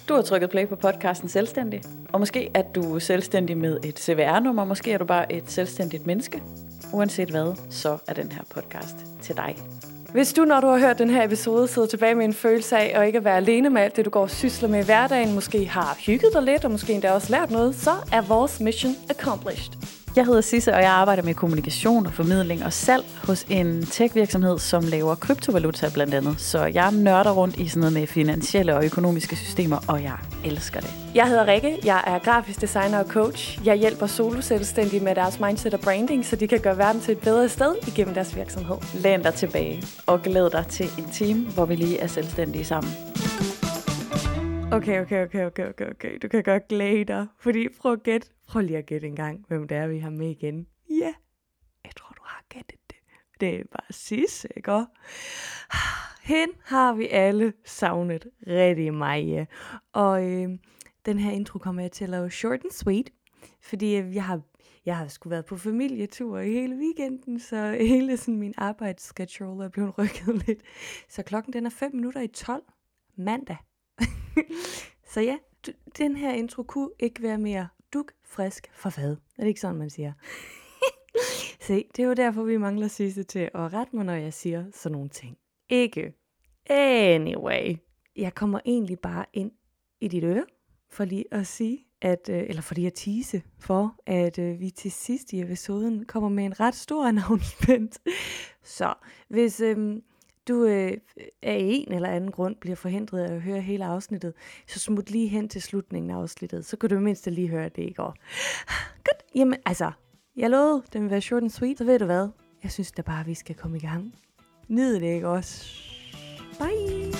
Du har trykket play på podcasten Selvstændig, og måske er du selvstændig med et CVR-nummer, måske er du bare et selvstændigt menneske. Uanset hvad, så er den her podcast til dig. Hvis du, når du har hørt den her episode, sidder tilbage med en følelse af at ikke at være alene med alt det, du går og sysler med i hverdagen, måske har hygget dig lidt, og måske endda også lært noget, så er vores mission accomplished. Jeg hedder Sisse, og jeg arbejder med kommunikation og formidling og salg hos en tech-virksomhed, som laver kryptovaluta blandt andet. Så jeg nørder rundt i sådan noget med finansielle og økonomiske systemer, og jeg elsker det. Jeg hedder Rikke, jeg er grafisk designer og coach. Jeg hjælper solo-selvstændige med deres mindset og branding, så de kan gøre verden til et bedre sted igennem deres virksomhed. Læn dig tilbage og glæd dig til en time, hvor vi lige er selvstændige sammen. Okay. Du kan godt glæde dig, fordi prøv lige at gætte en gang, hvem det er, vi har med igen. Ja, jeg tror, du har gættet det. Det er bare Sisse, ikke? Hende har vi alle savnet rigtig meget. Og den her intro kommer jeg til at lave short and sweet, fordi jeg har sgu været på familietur i hele weekenden, så hele sådan min arbejdsschedule er blevet rykket lidt. Så klokken den er 5:55 mandag. Så ja, den her intro kunne ikke være mere dugfrisk for hvad. Er det ikke sådan, man siger? Se, det er jo derfor, vi mangler Sisse til at rette mig, når jeg siger sådan nogle ting. Ikke. Anyway. Jeg kommer egentlig bare ind i dit øre, for lige at sige, eller for lige at tease for, at vi til sidst i episoden kommer med en ret stor announcement. Så hvis du af en eller anden grund bliver forhindret af at høre hele afsnittet, så smut lige hen til slutningen af afsnittet. Så kan du mindst lige høre det i går. Godt. Jamen, altså, jeg lovede, den vil være short and sweet, så ved du hvad? Jeg synes da bare, vi skal komme i gang. Nyd det, ikke også? Bye!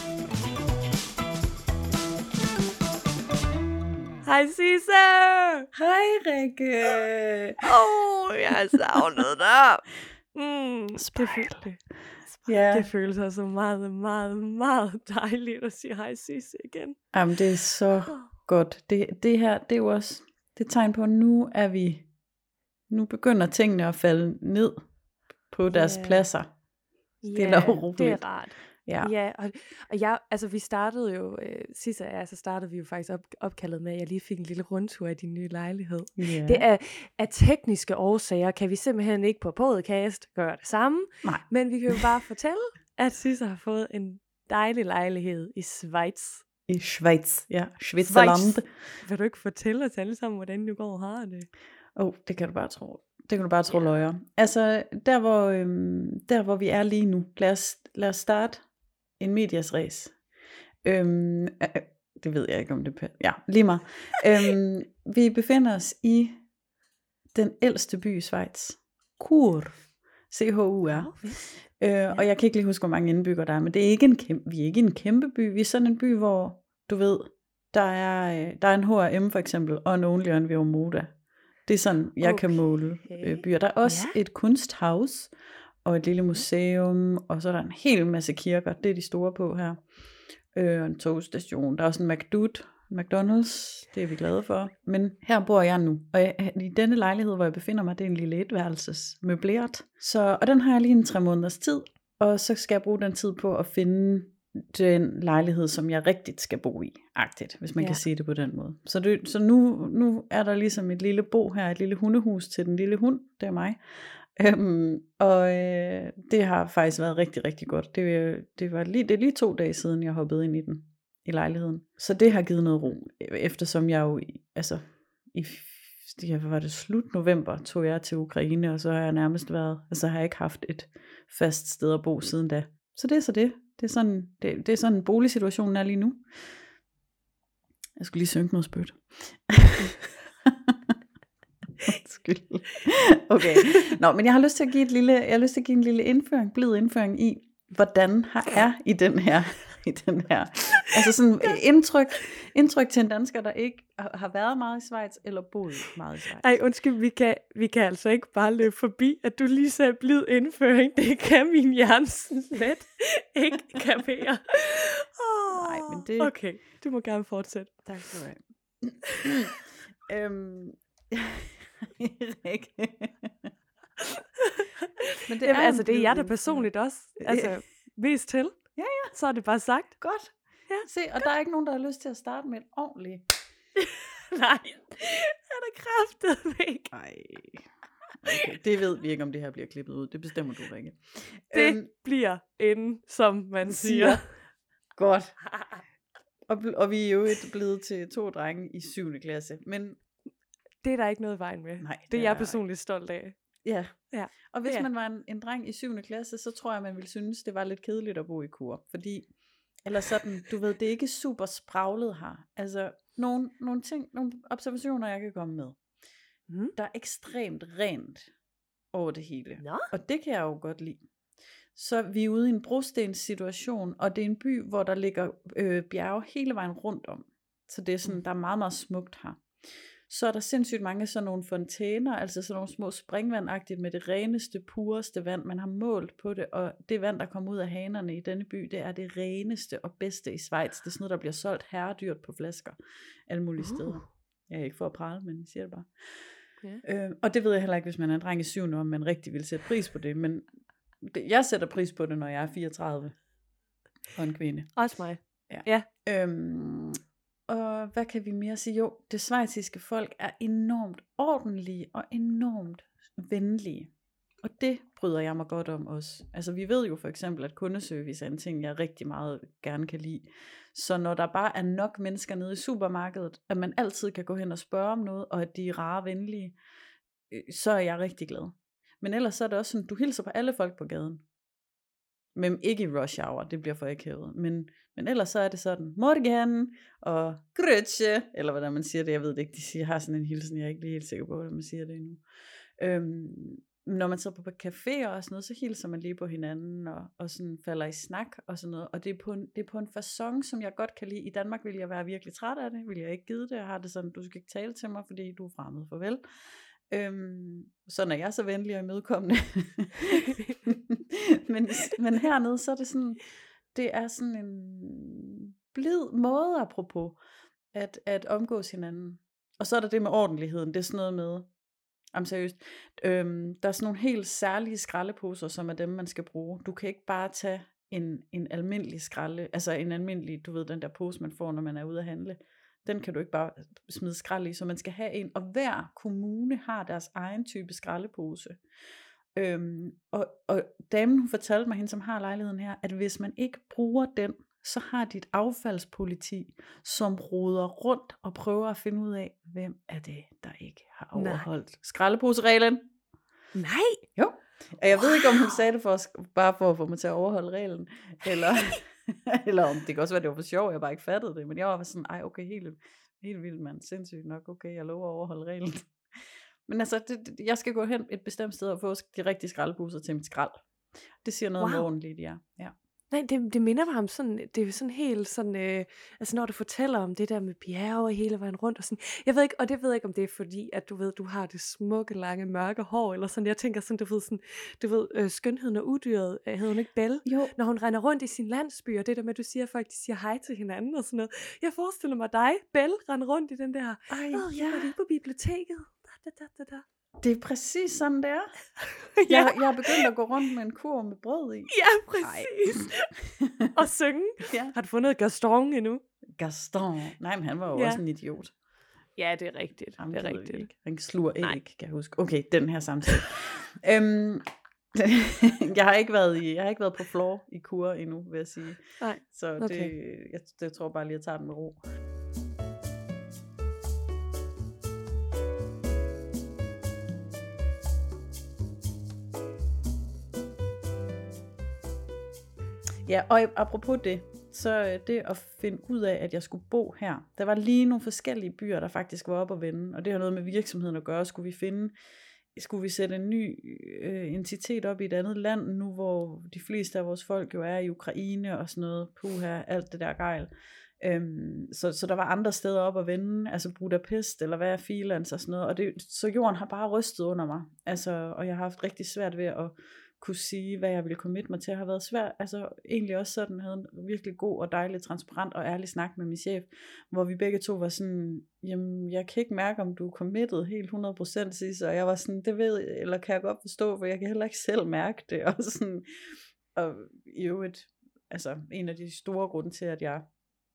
Hej Sisse! Hej Rikke! Jeg har savnet dig! Det føles altså meget, meget, meget dejligt at sige hej Sisse igen. Jamen det er så godt. Det her, det er jo også det er tegn på, at nu begynder tingene at falde ned på deres pladser. Det er det er rart. Ja, og jeg, altså vi startede jo, sidst så startede vi jo faktisk opkaldet med, at jeg lige fik en lille rundtur i din nye lejlighed. Yeah. Det er af tekniske årsager, kan vi simpelthen ikke på podcast gøre det samme. Nej. Men vi kan jo bare fortælle, at Sisse har fået en dejlig lejlighed i Schweiz. I Schweiz, ja. Schweizerland. Vil du ikke fortælle os alle sammen, hvordan du går og har det? Det kan du bare tro. Det kan du bare tro, løjer. Altså, der hvor vi er lige nu, lad os starte en medias race. Det ved jeg ikke, om det ja, lige meget. Vi befinder os i den ældste by i Schweiz. Chur. C-H-U-R. Og jeg kan ikke lige huske, hvor mange indbyggere der er, men det er ikke vi er ikke en kæmpe by. Vi er sådan en by, hvor, du ved, der er en H&M for eksempel, og en Only og en Veomoda. Det er sådan, jeg kan måle byer. Der er også et kunsthaus, og et lille museum, og så er der en hel masse kirker, det er de store på her. En togstation, der er også en McDonald's, det er vi glade for. Men her bor jeg nu, og i denne lejlighed, hvor jeg befinder mig, det er en lille etværelses møbleret. Og den har jeg lige en 3 måneders tid, og så skal jeg bruge den tid på at finde den lejlighed, som jeg rigtigt skal bo i, agtigt, hvis man kan sige det på den måde. Så nu er der ligesom et lille bo her, et lille hundehus til den lille hund, det er mig. Det har faktisk været rigtig, rigtig godt. Det er lige 2 dage siden, jeg hoppede ind i lejligheden. Så det har givet noget ro, eftersom jeg jo, var det slut november, tog jeg til Ukraine, og så har jeg nærmest har jeg ikke haft et fast sted at bo siden da. Så det er så det. Det er sådan boligsituationen er lige nu. Jeg skulle lige synke noget spyt. Okay. Nå, men jeg har lyst til at give en lille indføring, blid indføring i, hvordan er i den her. Altså sådan indtryk til en dansker, der ikke har været meget i Schweiz, eller boet meget i Schweiz. Ej, undskyld, vi kan altså ikke bare løbe forbi, at du lige sagde blid indføring. Det kan min hjerne slet ikke kapere. Nej, men det... Okay, du må gerne fortsætte. Tak skal du have. Men det er altså det er jeg da personligt også. Altså, vis til. Ja. Så er det bare sagt. Godt. Ja. Se, og der er ikke nogen, der har lyst til at starte med et ordentligt. Nej, er der kraftet ikke. Ej. Okay, det ved vi ikke, om det her bliver klippet ud. Det bestemmer du, Rikke. Det bliver inden, som man siger. Godt. Og vi er jo blevet til 2 drenge i 7. klasse. Men Det er der ikke noget i vejen med. nej, Det er jeg personligt stolt af. Ja. Ja. Og hvis man var en dreng i 7. klasse, så tror jeg, man ville synes, det var lidt kedeligt at bo i kur. Fordi, eller sådan, du ved, det er ikke super spraglet her. Altså, nogle ting, nogle observationer, jeg kan komme med. Der er ekstremt rent over det hele. Nå. Og det kan jeg jo godt lide. Så vi er ude i en brostenssituation, og det er en by, hvor der ligger bjerge hele vejen rundt om. Så det er sådan, der er meget, meget smukt her. Så er der sindssygt mange sådan nogle fontæner, altså sådan nogle små springvandagtigt med det reneste, pureste vand. Man har målt på det, og det vand, der kommer ud af hanerne i denne by, det er det reneste og bedste i Schweiz. Det er sådan noget, der bliver solgt herredyrt på flasker alle mulige steder. Jeg er ikke for at prale, men jeg siger det bare. Yeah. Og det ved jeg heller ikke, hvis man er en dreng i 7. om man rigtig vil sætte pris på det, men jeg sætter pris på det, når jeg er 34 og en kvinde. Også mig. Ja. Og hvad kan vi mere sige? Jo, det schweiziske folk er enormt ordentlige og enormt venlige. Og det bryder jeg mig godt om også. Altså vi ved jo for eksempel, at kundeservice er en ting, jeg rigtig meget gerne kan lide. Så når der bare er nok mennesker nede i supermarkedet, at man altid kan gå hen og spørge om noget, og at de er rare og venlige, så er jeg rigtig glad. Men ellers så er det også sådan, du hilser på alle folk på gaden. Men ikke i rush hour, det bliver for akavet. Men ellers så er det sådan, morgen, og grütze, eller hvordan man siger det, jeg ved det ikke, de har sådan en hilsen, jeg er ikke lige helt sikker på, hvordan man siger det endnu. Når man så på caféer og sådan noget, så hilser man lige på hinanden, og sådan falder i snak og sådan noget, og det er på en facon, som jeg godt kan lide. I Danmark ville jeg være virkelig træt af det, ville jeg ikke give det, jeg har det sådan, du skal ikke tale til mig, fordi du er fremmed, farvel. Sådan er jeg så venlig og imødekommende. men hernede så er det sådan, det er sådan en blid måde apropos at omgås hinanden. Og så er der det med ordentligheden. Det er sådan noget med, seriøst, der er sådan nogle helt særlige skraldeposer, som er dem man skal bruge. Du kan ikke bare tage en almindelig skralde, altså en almindelig, du ved den der pose man får når man er ude at handle. Den kan du ikke bare smide skrald i, så man skal have en, og hver kommune har deres egen type skraldepose. Og damen hun fortalte mig, hende som har lejligheden her, at hvis man ikke bruger den, så har de et affaldspoliti, som roder rundt og prøver at finde ud af, hvem er det, der ikke har overholdt skraldeposereglen. Nej! Jo. Og jeg ved ikke, om hun sagde det bare for at få mig til at overholde reglen, eller om det kan også være, det var for sjov, jeg bare ikke fattede det, men jeg var sådan, okay, helt vildt mand, sindssygt nok, okay, jeg lover at overholde reglen. Men altså, jeg skal gå hen et bestemt sted og få de rigtige skraldeposer til mit skrald. Det siger noget om ordentligt, ja. Nej, det minder mig om sådan, det er jo sådan helt sådan, altså når du fortæller om det der med bjerge hele vejen rundt og sådan, jeg ved ikke, og det ved jeg ikke, om det er fordi, at du ved, du har det smukke, lange, mørke hår, eller sådan, jeg tænker sådan, du ved, skønheden og udyret, hedder hun ikke Belle? Jo. Når hun render rundt i sin landsby, og det der med, at du siger, at folk de siger hej til hinanden og sådan noget. Jeg forestiller mig dig, Belle, rende rundt i den der, jeg var lige på biblioteket, da. Det er præcis sådan, det er. Jeg er begyndt at gå rundt med en kurv med brød i. Ja, præcis. Og synge. Ja. Har du fundet Gaston endnu? Gaston? Nej, men han var jo også en idiot. Ja, det er rigtigt. Det er rigtigt. Han sluger æg, kan jeg huske. Okay, den her samtale. Jeg har ikke været på floor i kur endnu, vil jeg sige. Nej. Så okay. Jeg tror bare lige, at jeg tager den med ro. Ja, og apropos det, så det at finde ud af, at jeg skulle bo her, der var lige nogle forskellige byer, der faktisk var op at vende, og det har noget med virksomheden at gøre. Skulle vi sætte en ny entitet op i et andet land, nu hvor de fleste af vores folk jo er i Ukraine og sådan noget, puha, alt det der gejl. Så der var andre steder op at vende, altså Budapest, eller hvad er freelance og sådan noget, og så jorden har bare rystet under mig, altså, og jeg har haft rigtig svært ved at kunne sige, hvad jeg ville committe mig til, har været svært, altså egentlig også sådan, havde en virkelig god og dejlig, transparent og ærlig snak med min chef, hvor vi begge to var sådan, jamen, jeg kan ikke mærke, om du er committed helt 100% sidst, og jeg var sådan, det ved jeg, eller kan jeg godt forstå, for jeg kan heller ikke selv mærke det, og sådan, og i øvrigt, altså en af de store grunde til, at jeg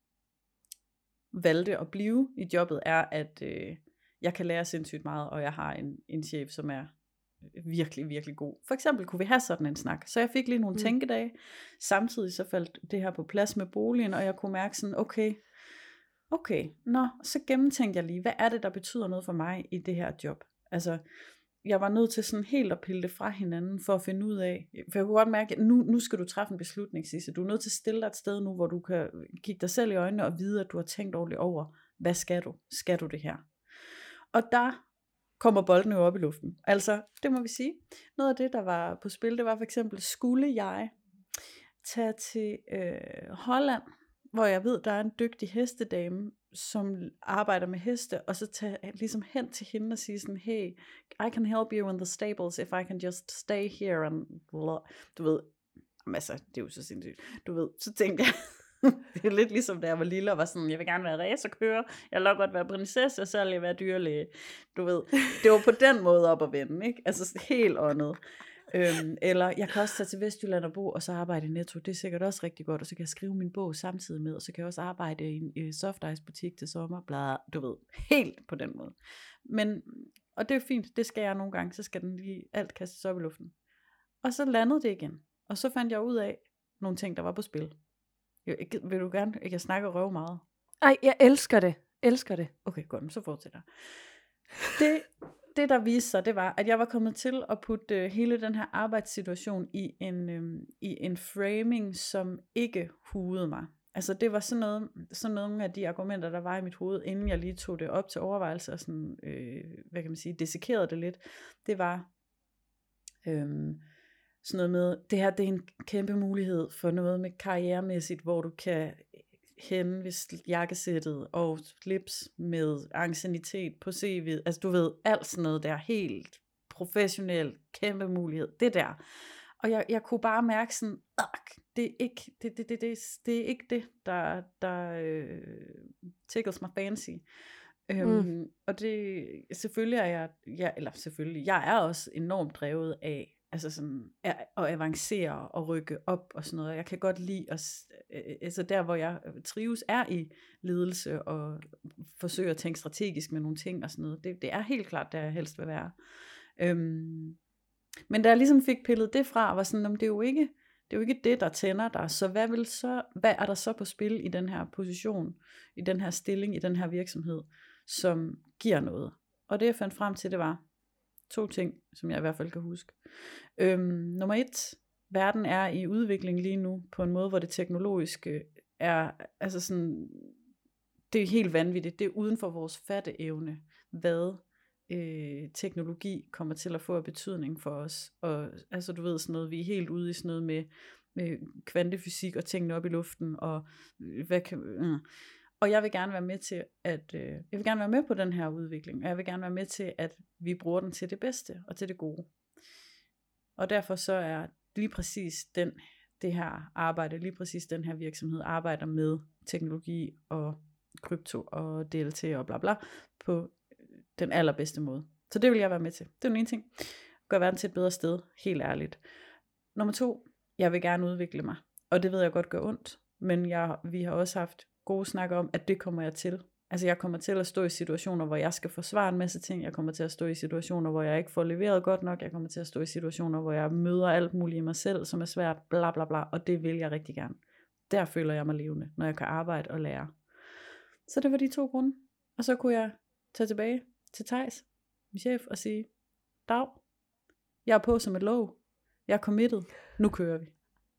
valgte at blive i jobbet, er, at jeg kan lære sindssygt meget, og jeg har en chef, som er virkelig, virkelig god. For eksempel kunne vi have sådan en snak. Så jeg fik lige nogle tænkedage. Samtidig så faldt det her på plads med boligen, og jeg kunne mærke sådan, okay, så gennemtænkte jeg lige, hvad er det, der betyder noget for mig i det her job? Altså, jeg var nødt til sådan helt at pille det fra hinanden, for at finde ud af, for jeg kunne godt mærke, at nu skal du træffe en beslutning, Sisse. Du er nødt til at stille dig et sted nu, hvor du kan kigge dig selv i øjnene, og vide, at du har tænkt ordentligt over, hvad skal du? Skal du det her? Og der kommer bolden jo op i luften. Altså, det må vi sige. Noget af det, der var på spil, det var for eksempel, skulle jeg tage til Holland, hvor jeg ved, der er en dygtig hestedame, som arbejder med heste, og så tage ligesom hen til hende og sige sådan, hey, I can help you in the stables, if I can just stay here, and du ved, altså, det er jo så sindssygt, du ved, så tænkte jeg, det er lidt ligesom da jeg var lille og var sådan, jeg vil gerne være racerkører, jeg vil godt være prinsesse, og så vil jeg være dyrlæge, du ved, det var på den måde op at vende, ikke? Altså helt åndet. Eller jeg kan også tage til Vestjylland og bo, og så arbejde i Netto, det er sikkert også rigtig godt, og så kan jeg skrive min bog samtidig med, og så kan jeg også arbejde i en soft ice butik til sommer, bla, du ved, helt på den måde. Men, og det er fint, det skal jeg nogle gange, så skal den lige alt kastes op i luften. Og så landede det igen, og så fandt jeg ud af nogle ting, der var på spil. Vil du gerne, jeg kan snakke og røve meget. Ej, jeg elsker det. Okay, godt, så fortsætter. Det der viste sig, det var, at jeg var kommet til at putte hele den her arbejdssituation i en framing, som ikke hudede mig. Altså det var sådan nogle af de argumenter, der var i mit hoved, inden jeg lige tog det op til overvejelse og sådan, hvad kan man sige, dissekerede det lidt. Det var sådan noget med, det her det er en kæmpe mulighed for noget med karrieremæssigt, hvor du kan henne ved jakkesættet og slips med anciennitet på CV'et, altså du ved, alt sådan noget der, helt professionelt, kæmpe mulighed, det der. Og jeg kunne bare mærke sådan, det er ikke det, der tickles my fancy. Og det, selvfølgelig er jeg er også enormt drevet af, altså sådan, at avancere og rykke op og sådan noget. Jeg kan godt lide, altså der hvor jeg trives er i ledelse og forsøge at tænke strategisk med nogle ting og sådan noget. Det er helt klart, der jeg helst vil være. Men da jeg ligesom fik pillet det fra, var sådan, det er jo ikke det, der tænder dig. Så hvad er der så på spil i den her position, i den her stilling, i den her virksomhed, som giver noget? Og det jeg fandt frem til, det var 2 ting, som jeg i hvert fald kan huske. Nummer 1, verden er i udvikling lige nu, på en måde, hvor det teknologiske er, altså sådan, det er helt vanvittigt, det er uden for vores fatteevne, hvad teknologi kommer til at få af betydning for os. Og altså du ved sådan noget, vi er helt ude i sådan noget med kvantefysik og tingene op i luften, og og jeg vil gerne være med til jeg vil gerne være med på den her udvikling, og jeg vil gerne være med til, at vi bruger den til det bedste og til det gode. Og derfor så er lige præcis det her arbejde, lige præcis den her virksomhed arbejder med teknologi og krypto og DLT og bla bla på den allerbedste måde. Så det vil jeg være med til. Det er den ene ting. Gør verden til et bedre sted, helt ærligt. Nummer 2, jeg vil gerne udvikle mig. Og det ved jeg godt gør ondt, men vi har også haft gode snakker om, at det kommer jeg til. Altså jeg kommer til at stå i situationer, hvor jeg skal forsvare en masse ting. Jeg kommer til at stå i situationer, hvor jeg ikke får leveret godt nok. Jeg kommer til at stå i situationer, hvor jeg møder alt muligt i mig selv, som er svært, bla bla bla. Og det vil jeg rigtig gerne. Der føler jeg mig levende, når jeg kan arbejde og lære. Så det var de 2 grunde. Og så kunne jeg tage tilbage til Theis, min chef, og sige, Dag, jeg er på som et låg. Jeg er committed. Nu kører vi.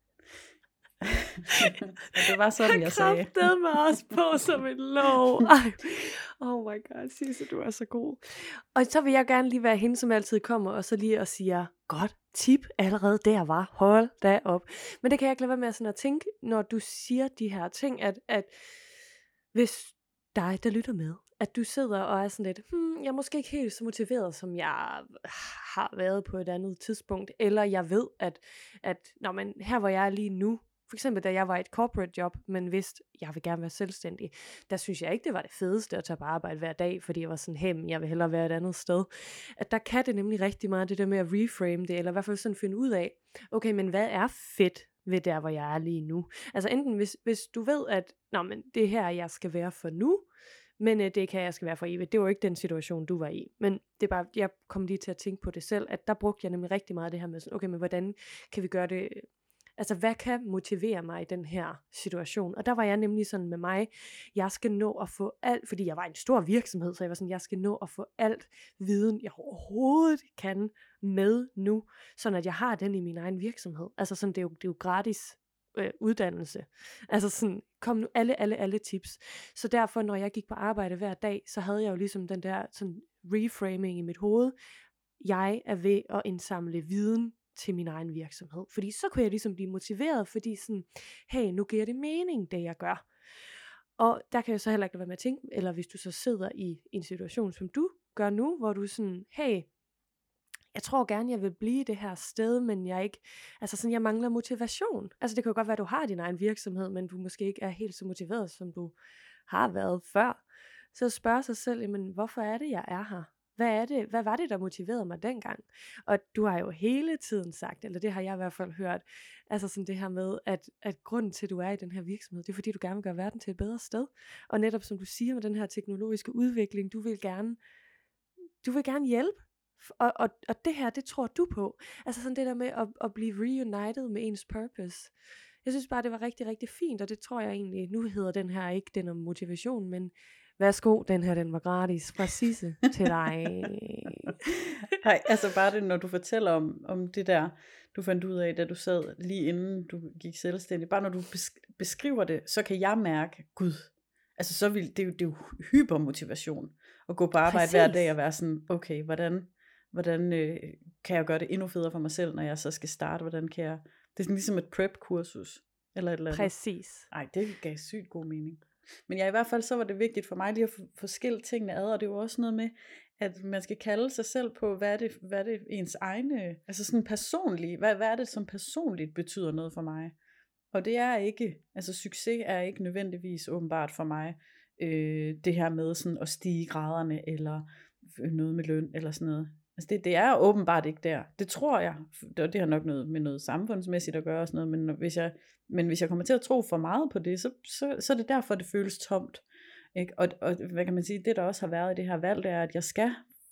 Det var sådan, jeg sagde. Jeg kraftede mig også på som et låg. Oh my god, Sisse, du er så god. Og så vil jeg gerne lige være hende, som altid kommer, og så lige og siger, godt tip allerede der var. Hold da op. Men det kan jeg ikke lade være med sådan at tænke, når du siger de her ting, at hvis dig, der lytter med, at du sidder og er sådan lidt, jeg er måske ikke helt så motiveret, som jeg har været på et andet tidspunkt, eller jeg ved, at men her hvor jeg er lige nu, for eksempel da jeg var i et corporate job, men vidste, jeg vil gerne være selvstændig, der synes jeg ikke, det var det fedeste at tage på arbejde hver dag, fordi jeg var sådan, jeg vil hellere være et andet sted. At der kan det nemlig rigtig meget, det der med at reframe det, eller i hvert fald sådan finde ud af, okay, men hvad er fedt ved der, hvor jeg er lige nu. Altså enten hvis du ved, at men det her, jeg skal være for nu, men det kan jeg skal være for evigt. Det var jo ikke den situation, du var i. Men det er bare, jeg kom lige til at tænke på det selv, at der brugte jeg nemlig rigtig meget det her med sådan, okay, men hvordan kan vi gøre det, altså hvad kan motivere mig i den her situation? Og der var jeg nemlig sådan med mig, jeg skal nå at få alt, fordi jeg var en stor virksomhed, så jeg var sådan, jeg skal nå at få alt viden, jeg overhovedet kan med nu, sådan at jeg har den i min egen virksomhed. Altså sådan, det er jo gratis uddannelse. Altså sådan, kom nu alle tips. Så derfor, når jeg gik på arbejde hver dag, så havde jeg jo ligesom den der sådan reframing i mit hoved. Jeg er ved at indsamle viden til min egen virksomhed. Fordi så kunne jeg ligesom blive motiveret, fordi sådan, hey, nu giver det mening, det jeg gør. Og der kan jeg så heller ikke være med at tænke, eller hvis du så sidder i en situation, som du gør nu, hvor du sådan, hey, jeg tror gerne, jeg vil blive det her sted, men jeg mangler motivation. Altså det kan jo godt være, at du har din egen virksomhed, men du måske ikke er helt så motiveret, som du har været før. Så spørg sig selv, jamen, hvorfor er det, jeg er her? Hvad var det, der motiverede mig dengang? Og du har jo hele tiden sagt, eller det har jeg i hvert fald hørt, altså sådan det her med, at grunden til, at du er i den her virksomhed, det er fordi, du gerne vil gøre verden til et bedre sted. Og netop som du siger med den her teknologiske udvikling, du vil gerne hjælpe. Og det her, det tror du på. Altså sådan det der med at blive reunited med ens purpose. Jeg synes bare, det var rigtig, rigtig fint, og det tror jeg egentlig, nu hedder den her ikke den om motivation, men værsgo, den her, den var gratis fra Sisse til dig. Nej, altså bare det, når du fortæller om det der, du fandt ud af, da du sad lige inden du gik selvstændig, bare når du beskriver det, så kan jeg mærke, gud, altså så vil det er jo hypermotivation at gå på arbejde hver dag og være sådan, okay, hvordan kan jeg gøre det endnu federe for mig selv, når jeg så skal starte, hvordan kan jeg, det er sådan ligesom et prep-kursus, eller et eller andet. Præcis. Ej, det gav sygt god mening. Men i hvert fald så var det vigtigt for mig lige at få skilt tingene ad, og det var også noget med, at man skal kalde sig selv på, hvad er det ens egne, altså sådan personligt, hvad er det som personligt betyder noget for mig. Og det er ikke, altså succes er ikke nødvendigvis åbenbart for mig, det her med sådan at stige graderne, eller noget med løn, eller sådan noget. Altså det er åbenbart ikke der. Det tror jeg, det har nok noget med noget samfundsmæssigt at gøre og sådan noget, men hvis jeg kommer til at tro for meget på det, så er det derfor, det føles tomt. Ikke? Og hvad kan man sige, det der også har været i det her valg, det er, at jeg skal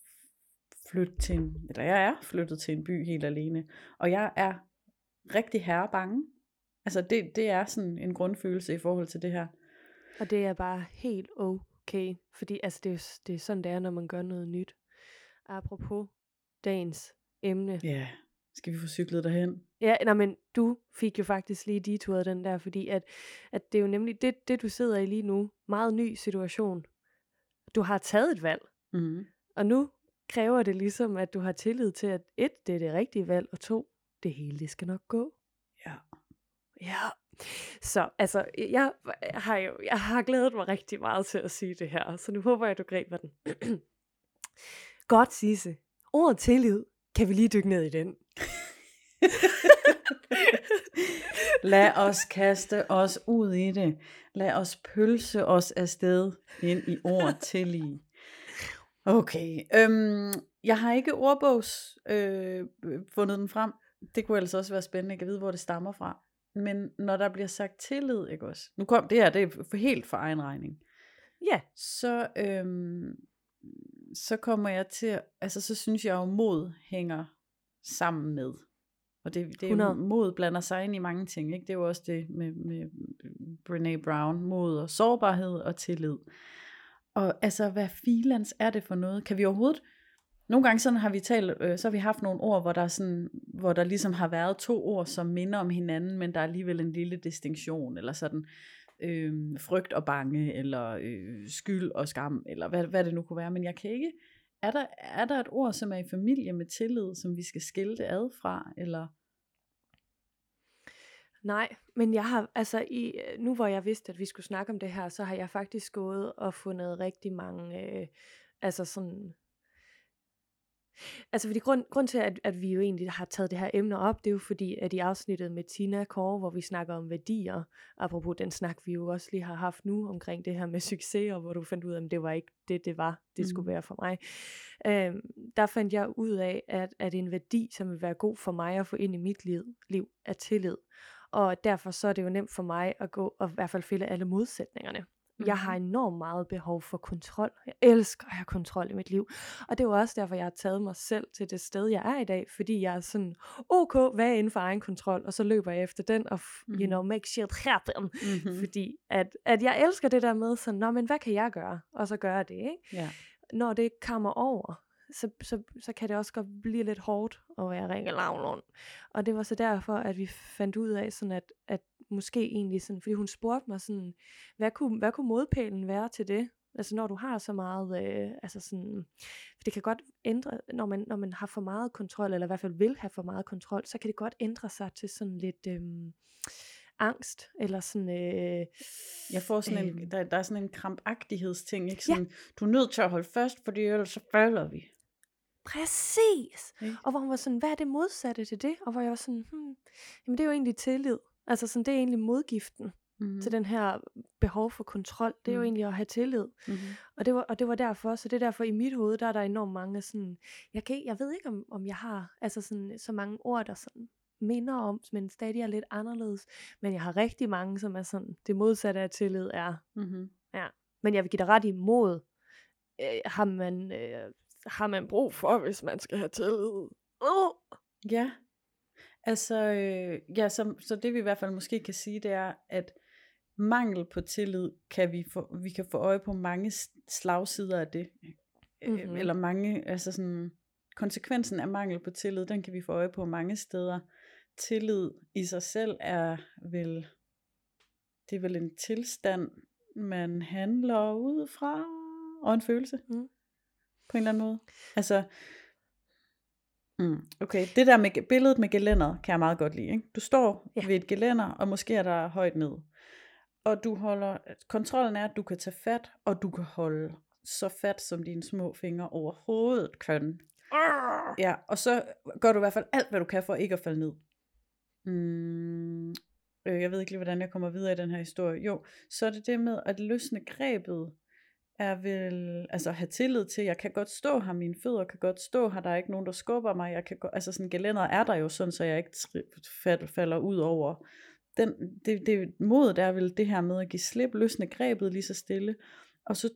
flytte jeg er flyttet til en by helt alene, og jeg er rigtig herrebange. Altså det er sådan en grundfølelse i forhold til det her. Og det er bare helt okay, fordi altså det er sådan, det er, når man gør noget nyt. Apropos dagens emne. Ja, skal vi få cyklet derhen? Ja, men du fik jo faktisk lige detouret den der, fordi at det er jo nemlig det du sidder i lige nu, meget ny situation. Du har taget et valg, og nu kræver det ligesom, at du har tillid til, at 1, det er det rigtige valg, og 2, det hele, det skal nok gå. Ja. Så altså, jeg har glædet mig rigtig meget til at sige det her, så nu håber jeg, du griber den. Godt, Sisse. Ordet tillid, kan vi lige dykke ned i den? Lad os kaste os ud i det. Lad os pølse os afsted ind i ordet tillid. Okay. Jeg har ikke ordbogs fundet den frem. Det kunne ellers også være spændende. Jeg kan vide, hvor det stammer fra. Men når der bliver sagt tillid, ikke også? Nu kom det her, det er helt for egen regning. Ja. Så kommer jeg til, altså så synes jeg jo, mod hænger sammen med. Og det er jo, mod blander sig ind i mange ting, ikke? Det er jo også det med Brené Brown, mod og sårbarhed og tillid. Og altså, hvad filans er det for noget? Kan vi overhovedet, nogle gange sådan har vi talt, så har vi haft nogle ord, hvor der ligesom har været 2 ord, som minder om hinanden, men der er alligevel en lille distinktion, eller sådan, frygt og bange, eller skyld og skam, eller hvad det nu kunne være, men jeg kan ikke, er der et ord, som er i familie med tillid, som vi skal skille det ad fra, eller? Nej, men jeg har, altså nu hvor jeg vidste, at vi skulle snakke om det her, så har jeg faktisk gået og fundet rigtig mange, altså sådan, altså fordi grund til, at vi jo egentlig har taget det her emne op, det er jo fordi, at i afsnittet med Tina Kåre, hvor vi snakker om værdier, apropos den snak, vi jo også lige har haft nu omkring det her med succes, og hvor du fandt ud af, at det var ikke det skulle være for mig. Der fandt jeg ud af, at en værdi, som vil være god for mig at få ind i mit liv, er tillid. Og derfor så er det jo nemt for mig at gå og i hvert fald finde alle modsætningerne. Jeg har enormt meget behov for kontrol. Jeg elsker at have kontrol i mit liv. Og det er jo også derfor, jeg har taget mig selv til det sted, jeg er i dag. Fordi jeg er sådan, okay, hvad er inden for egen kontrol? Og så løber jeg efter den, og make shit happen. Fordi at jeg elsker det der med, sådan, men hvad kan jeg gøre? Og så gør jeg det, ikke? Ja. Når det kommer over, så kan det også godt blive lidt hårdt at være ringelavlund. Og det var så derfor, at vi fandt ud af, sådan at måske egentlig sådan, fordi hun spurgte mig sådan, hvad kunne modpælen være til det? Altså når du har så meget, altså sådan, for det kan godt ændre, når man har for meget kontrol, eller i hvert fald vil have for meget kontrol, så kan det godt ændre sig til sådan lidt angst, eller sådan... jeg får sådan en, der er sådan en krampagtighedsting, ikke? Sådan, du er nødt til at holde fast, fordi ellers så falder vi. Præcis! Og hvor hun var sådan, hvad er det modsatte til det? Og hvor jeg var sådan, jamen det er jo egentlig tillid. Altså sådan, det er egentlig modgiften til den her behov for kontrol. Det er jo egentlig at have tillid. Og det var derfor, så det er derfor i mit hoved, der er der enormt mange sådan, jeg ved ikke om jeg har altså sådan, så mange ord, der sådan minder om, men stadig er lidt anderledes. Men jeg har rigtig mange, som er sådan, det modsatte af tillid er. Ja. Men jeg vil give dig ret imod, har man brug for, hvis man skal have tillid. Ja, altså, så det vi i hvert fald måske kan sige, det er, at mangel på tillid, kan vi kan få øje på mange slagsider af det, eller mange, altså sådan, konsekvensen af mangel på tillid, den kan vi få øje på mange steder. Tillid i sig selv er vel en tilstand, man handler ud fra, og en følelse, på en eller anden måde. Altså, okay, det der med billedet med gelænder, kan jeg meget godt lide, ikke? Du står ved et gelænder, og måske er der højt ned, og du holder, kontrollen er, at du kan tage fat, og du kan holde så fat, som dine små fingre overhovedet kan. Ja, og så gør du i hvert fald alt, hvad du kan for ikke at falde ned. Jeg ved ikke lige, hvordan jeg kommer videre i den her historie. Jo, så er det med at løsne grebet, er vel, altså at have tillid til, jeg kan godt stå her, mine fødder kan godt stå her, der er ikke nogen, der skubber mig, jeg kan godt, altså sådan gelænder er der jo sådan, så jeg ikke falder ud over. Det modet er vel det her med at give slip, løsne grebet lige så stille, og så...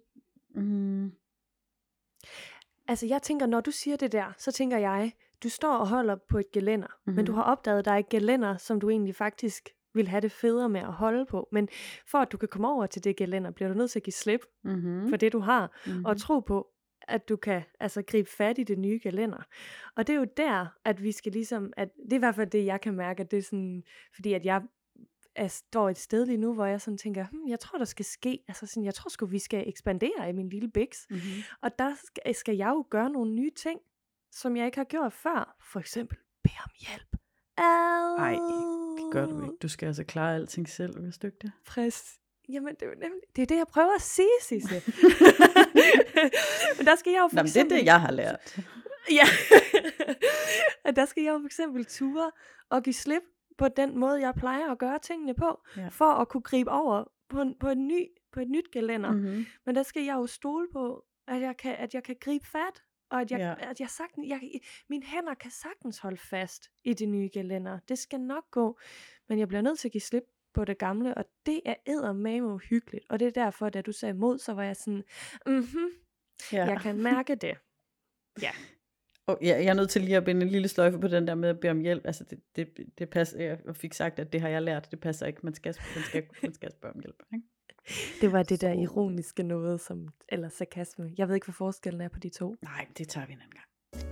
Altså jeg tænker, når du siger det der, så tænker jeg, du står og holder på et gelænder, men du har opdaget, at der er et gelænder, som du egentlig faktisk vil have det federe med at holde på. Men for at du kan komme over til det gelænder, bliver du nødt til at give slip for det du har, og tro på, at du kan altså gribe fat i det nye gelænder. Og det er jo der, at vi skal ligesom, at det er i hvert fald det, jeg kan mærke, at det er sådan, fordi at jeg står et sted lige nu, hvor jeg sådan tænker, jeg tror der skal ske, altså sådan, jeg tror sgu vi skal ekspandere i min lille biks, og der skal jeg jo gøre nogle nye ting, som jeg ikke har gjort før, for eksempel bede om hjælp. Nej, det gør du ikke, du skal altså klare alting selv, hvis du ikke det. Præcis. Jamen det er jo nemlig, det er det jeg prøver at sige, Sisse. Men der skal jeg jo for eksempel, det er det jeg har lært. Ja. Der skal jeg jo for eksempel ture og give slip på den måde, jeg plejer at gøre tingene på, for at kunne gribe over på et nyt gelænder. Men der skal jeg jo stole på, at jeg kan gribe fat, og at jeg sagtens, mine hænder kan sagtens holde fast i det nye gelænder. Det skal nok gå, men jeg bliver nødt til at give slip på det gamle, og det er eddermame uhyggeligt. Og det er derfor, da du sagde imod, så var jeg sådan, jeg kan mærke det. Ja. Og jeg er nødt til lige at binde en lille sløjfe på den der med at bede om hjælp. Altså det passer, jeg fik sagt, at det har jeg lært, det passer ikke. Man skal spørge om hjælp, ikke? Det var det der ironiske noget, eller sarkasme. Jeg ved ikke, hvad forskellen er på de to. Nej, det tager vi en anden gang.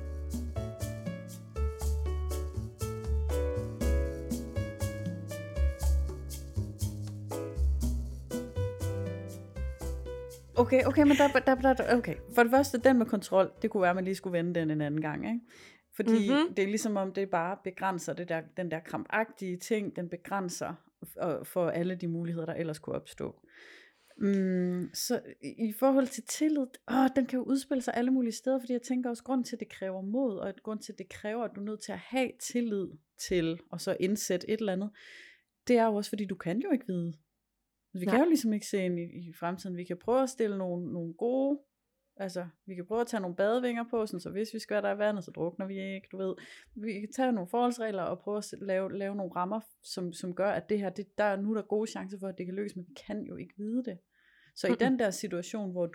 Okay, men okay. For det første, den med kontrol, det kunne være, at man lige skulle vende den en anden gang, ikke? Fordi det er ligesom om, det bare begrænser den der krampagtige ting, den begrænser for alle de muligheder, der ellers kunne opstå. Så i forhold til tillid, den kan jo udspille sig alle mulige steder, fordi jeg tænker også, grund til, at det kræver mod, og grund til, at det kræver, at du er nødt til at have tillid til, og så indsætte et eller andet, det er jo også, fordi du kan jo ikke vide. Vi kan jo ligesom ikke se ind i fremtiden. Vi kan prøve at stille nogle gode Altså, vi kan prøve at tage nogle badevinger på, sådan, så hvis vi skal være der i vandet, så drukner vi ikke, du ved. Vi kan tage nogle forholdsregler og prøve at lave nogle rammer, som gør, at det her, nu er der gode chancer for, at det kan lykkes, men vi kan jo ikke vide det. Så i den der situation, hvor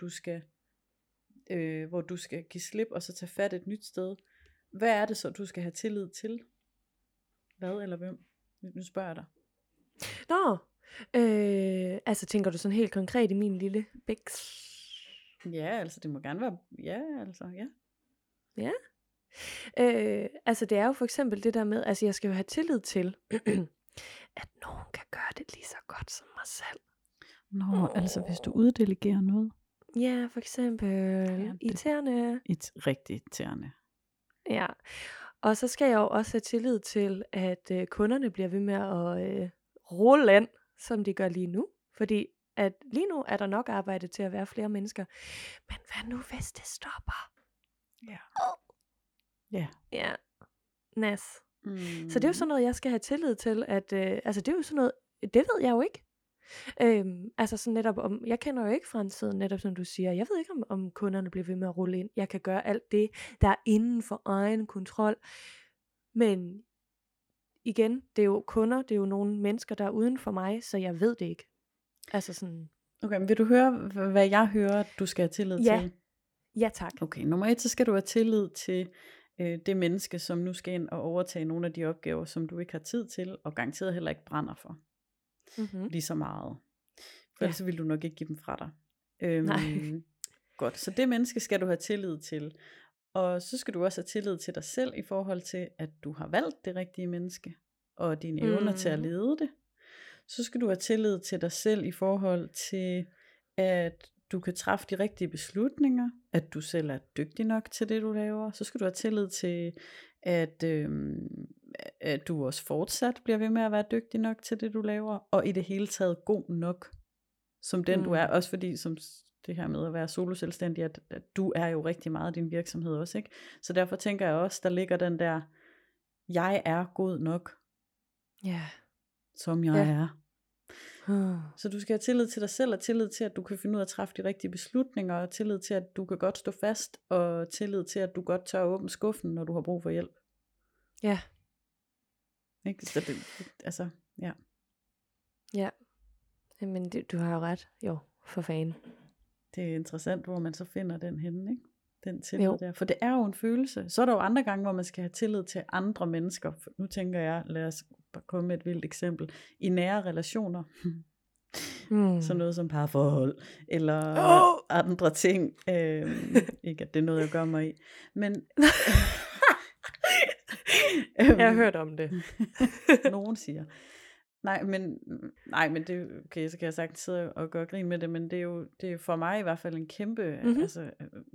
du skal give slip, og så tage fat et nyt sted, hvad er det så, du skal have tillid til? Hvad eller hvem? Nu spørger jeg dig. Nå, altså tænker du sådan helt konkret i min lille biks? Ja, altså det må gerne være, ja. Ja. Altså det er jo for eksempel det der med, altså jeg skal jo have tillid til, at nogen kan gøre det lige så godt som mig selv. Nå, altså hvis du uddelegerer noget. Ja, for eksempel irriterende. Rigtig irriterende. Ja, og så skal jeg jo også have tillid til, at kunderne bliver ved med at rulle ind, som de gør lige nu. Fordi at lige nu er der nok arbejde til at være flere mennesker. Men hvad nu, hvis det stopper? Ja. Ja. Ja, nas. Så det er jo sådan noget, jeg skal have tillid til, at altså det er jo sådan noget, det ved jeg jo ikke. Altså sådan netop om, jeg kender jo ikke fremtiden, netop som du siger. Jeg ved ikke om kunderne bliver ved med at rulle ind. Jeg kan gøre alt det, der er inden for egen kontrol. Men igen, det er jo kunder, det er jo nogle mennesker, der er uden for mig, så jeg ved det ikke. Altså sådan. Okay, men vil du høre, hvad jeg hører, du skal have tillid til? Ja, tak. Okay, nummer 1, så skal du have tillid til det menneske, som nu skal ind og overtage nogle af de opgaver, som du ikke har tid til, og garanteret heller ikke brænder for. Lige så meget. For ellers vil du nok ikke give dem fra dig. Nej. Godt, så det menneske skal du have tillid til. Og så skal du også have tillid til dig selv i forhold til, at du har valgt det rigtige menneske, og dine evner til at lede det. Så skal du have tillid til dig selv i forhold til, at du kan træffe de rigtige beslutninger, at du selv er dygtig nok til det, du laver. Så skal du have tillid til, at du også fortsat bliver ved med at være dygtig nok til det, du laver, og i det hele taget god nok, som den du er. Også fordi, som det her med at være soloselvstændig, at du er jo rigtig meget af din virksomhed også, ikke? Så derfor tænker jeg også, der ligger den der, jeg er god nok, som jeg er. Så du skal have tillid til dig selv, og tillid til, at du kan finde ud af at træffe de rigtige beslutninger, og tillid til, at du kan godt stå fast, og tillid til, at du godt tør åbne skuffen, når du har brug for hjælp. Ja. Ikke? Så det, altså, ja. Ja. Men du har jo ret. Jo, for fanden. Det er interessant, hvor man så finder den henne, ikke? Den tillid der. For det er jo en følelse. Så er der jo andre gange, hvor man skal have tillid til andre mennesker. For nu tænker jeg, lad os bare komme med et vildt eksempel. I nære relationer. Sådan noget som parforhold. Eller andre ting. Ikke at det er noget, jeg gør mig i. Men jeg har hørt om det. Nogen siger. Nej, men det okay, så kan jeg sagtens sidde og gøre grin med det, men det er jo for mig i hvert fald en kæmpe altså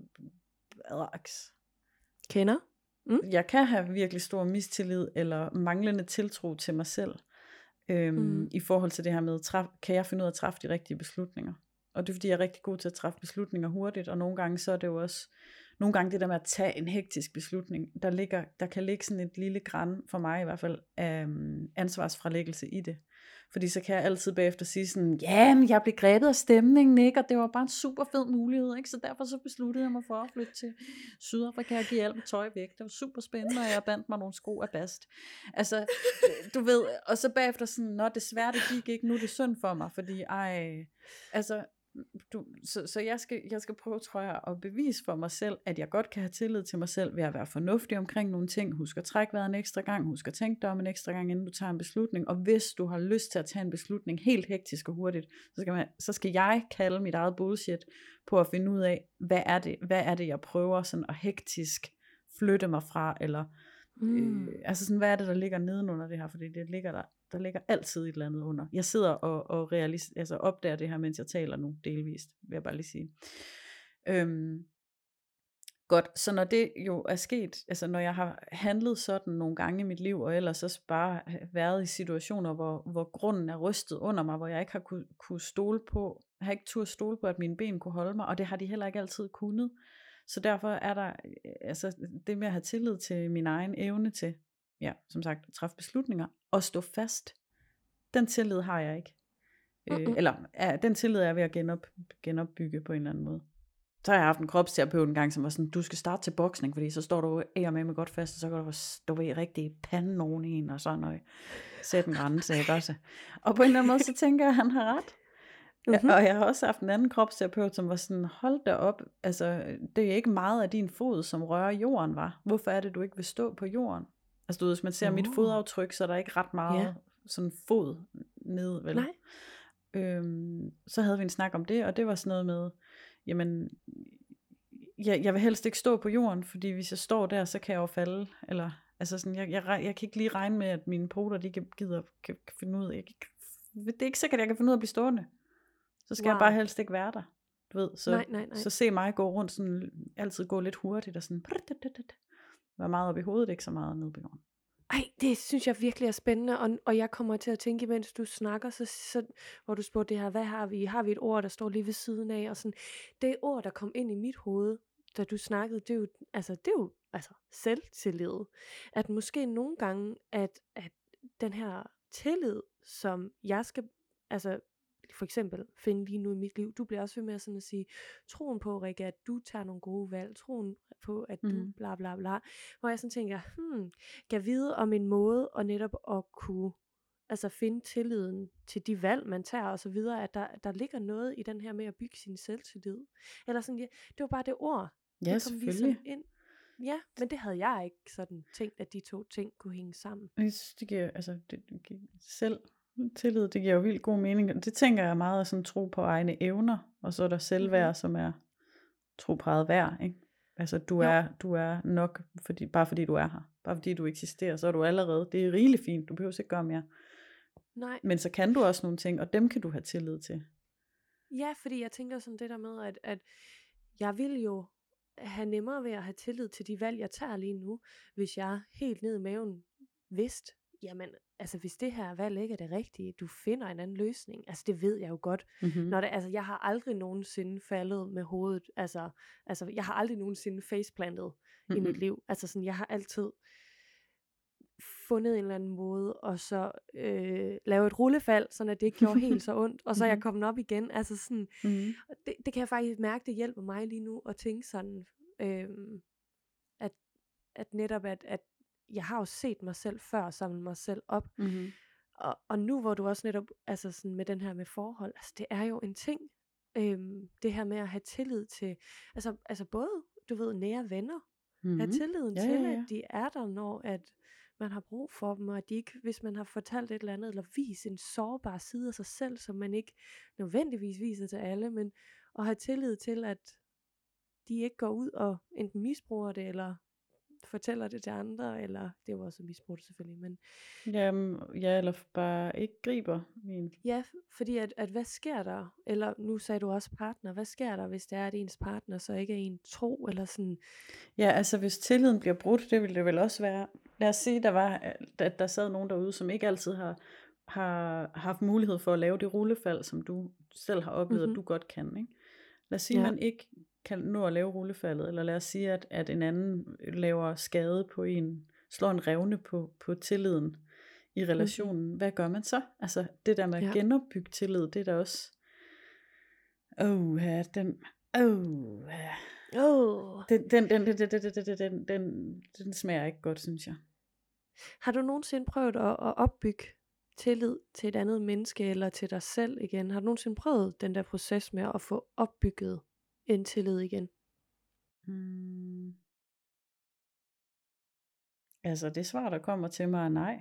kender. Jeg kan have virkelig stor mistillid eller manglende tiltro til mig selv i forhold til det her med kan jeg finde ud af at træffe de rigtige beslutninger. Og det er fordi jeg er rigtig god til at træffe beslutninger hurtigt, og nogle gange så er det jo også det der med at tage en hektisk beslutning, der kan ligge sådan et lille gran for mig i hvert fald af ansvarsfralæggelse i det. Fordi så kan jeg altid bagefter sige sådan, men jeg blev grebet af stemningen, ikke? Og det var bare en super fed mulighed, ikke? Så derfor så besluttede jeg mig for at flytte til Sydafrika og give alt mit tøj væk. Det var super spændende, og jeg bandt mig nogle sko af bast. Altså, du ved, og så bagefter sådan, desværre det gik ikke, nu er det synd for mig, fordi altså, så jeg skal prøve, tror jeg, at bevise for mig selv, at jeg godt kan have tillid til mig selv ved at være fornuftig omkring nogle ting. Husk at trække vejret en ekstra gang, husk at tænke dig om en ekstra gang, inden du tager en beslutning. Og hvis du har lyst til at tage en beslutning helt hektisk og hurtigt, så skal jeg kalde mit eget bullshit på at finde ud af, hvad er det jeg prøver sådan at hektisk flytte mig fra, eller altså sådan, hvad er det der ligger nedenunder det her, fordi det ligger der ligger altid et eller andet under. Jeg sidder og opdager det her, mens jeg taler nu, delvist, vil jeg bare lige sige. Godt, så når det jo er sket, altså når jeg har handlet sådan nogle gange i mit liv, og ellers også bare været i situationer, hvor grunden er rystet under mig, hvor jeg ikke har kunne stole på, jeg har ikke turde stole på, at mine ben kunne holde mig, og det har de heller ikke altid kunnet. Så derfor er der altså det med at have tillid til min egen evne til, som sagt, at træffe beslutninger og stå fast. Den tillid har jeg ikke. Eller den tillid er jeg ved at genopbygge på en eller anden måde. Så har jeg haft en kropsterapeut en gang, som var sådan, du skal starte til boksning, fordi så står du med godt fast, og så kan du stå ved rigtig pande nogen i en, og sådan noget. Sæt en grænse, ikke også? Og på en eller anden måde, så tænker jeg, at han har ret. Mhm. Og jeg har også haft en anden kropsterapeut, som var sådan, hold da op, altså det er ikke meget af din fod, som rører jorden, var. Hvorfor er det, du ikke vil stå på jorden? Altså du ved, hvis man ser mit fodaftryk, så er der ikke ret meget sådan fod ned, vel? Nej. Så havde vi en snak om det, og det var sådan noget med, jamen, jeg vil helst ikke stå på jorden, fordi hvis jeg står der, så kan jeg jo falde, eller, altså sådan, jeg kan ikke lige regne med, at mine poter, de kan finde ud af, det er ikke sikkert, at jeg kan finde ud af at blive stående. Så skal jeg bare helst ikke være der. Du ved, så se mig gå rundt sådan, altid gå lidt hurtigt og sådan, være meget op i hovedet, ikke så meget ned på jorden. Ej, det synes jeg virkelig er spændende, og jeg kommer til at tænke, mens du snakker, så hvor du spurgte det her, hvad har vi? Har vi et ord, der står lige ved siden af? Og sådan, det ord, der kom ind i mit hoved, da du snakkede, det er jo selvtillid. At måske nogle gange, at den her tillid, som jeg skal, altså for eksempel finde lige nu i mit liv, du bliver også ved med sådan at sige, troen på, Rikke, at du tager nogle gode valg, troen på, at du bla bla bla, hvor jeg sådan tænker, kan vide om en måde, og netop at kunne finde tilliden til de valg, man tager, og så videre, at der ligger noget i den her med at bygge sin selvtillid, eller sådan, det var bare det ord, ja, det kom lige sådan ind. Ja, men det havde jeg ikke sådan tænkt, at de to ting kunne hænge sammen. Det giver, tillid, det giver jo vildt god mening. Det tænker jeg meget af sådan tro på egne evner, og så er der selvværd, som er tro på eget værd, ikke? Altså du er nok, bare fordi du er her, bare fordi du eksisterer, så er du allerede, det er rigeligt fint, du behøver ikke gøre mere. Nej. Men så kan du også nogle ting, og dem kan du have tillid til. Ja, fordi jeg tænker sådan det der med, at jeg vil jo have nemmere ved at have tillid til de valg, jeg tager lige nu, hvis jeg helt ned i maven vidste, jamen, altså hvis det her valg ikke er det rigtige, du finder en anden løsning, altså det ved jeg jo godt, når det, altså jeg har aldrig nogensinde faldet med hovedet, altså jeg har aldrig nogensinde faceplantet i mit liv, altså sådan, jeg har altid fundet en eller anden måde, og så lave et rullefald, sådan at det ikke gjorde helt så ondt, og så er jeg kommet op igen, altså sådan, det kan jeg faktisk mærke, det hjælper mig lige nu, at tænke sådan, at netop, at jeg har jo set mig selv før, samle mig selv op, og nu hvor du også netop, altså sådan med den her med forhold, altså det er jo en ting, det her med at have tillid til, altså både, du ved, nære venner, have tilliden til, at de er der, når at man har brug for dem, og at de ikke, hvis man har fortalt et eller andet, eller vist en sårbar side af sig selv, som man ikke nødvendigvis viser til alle, men at have tillid til, at de ikke går ud og enten misbruger det, eller fortæller det til andre, eller det er jo også misbrug det selvfølgelig, men ja, eller bare ikke griber min. Ja, fordi at hvad sker der, eller nu sagde du også partner, hvad sker der, hvis det er, at ens partner så ikke er en tro, eller sådan? Ja, altså hvis tilliden bliver brudt, det vil det vel også være, lad os sige, at der sad nogen derude, som ikke altid har haft mulighed for at lave det rullefald, som du selv har oplevet, at du godt kan, ikke? Lad os sige, man ikke kan nå at lave rullefaldet, eller lad os sige, at en anden laver skade på en, slår en revne på tilliden i relationen. Hvad gør man så? Altså det der med at genopbygge tillid, det er der også, den smager ikke godt, synes jeg. Har du nogensinde prøvet at opbygge tillid til et andet menneske, eller til dig selv igen? Har du nogensinde prøvet den der proces med at få opbygget en tillid igen? Altså det svar, der kommer til mig, er nej.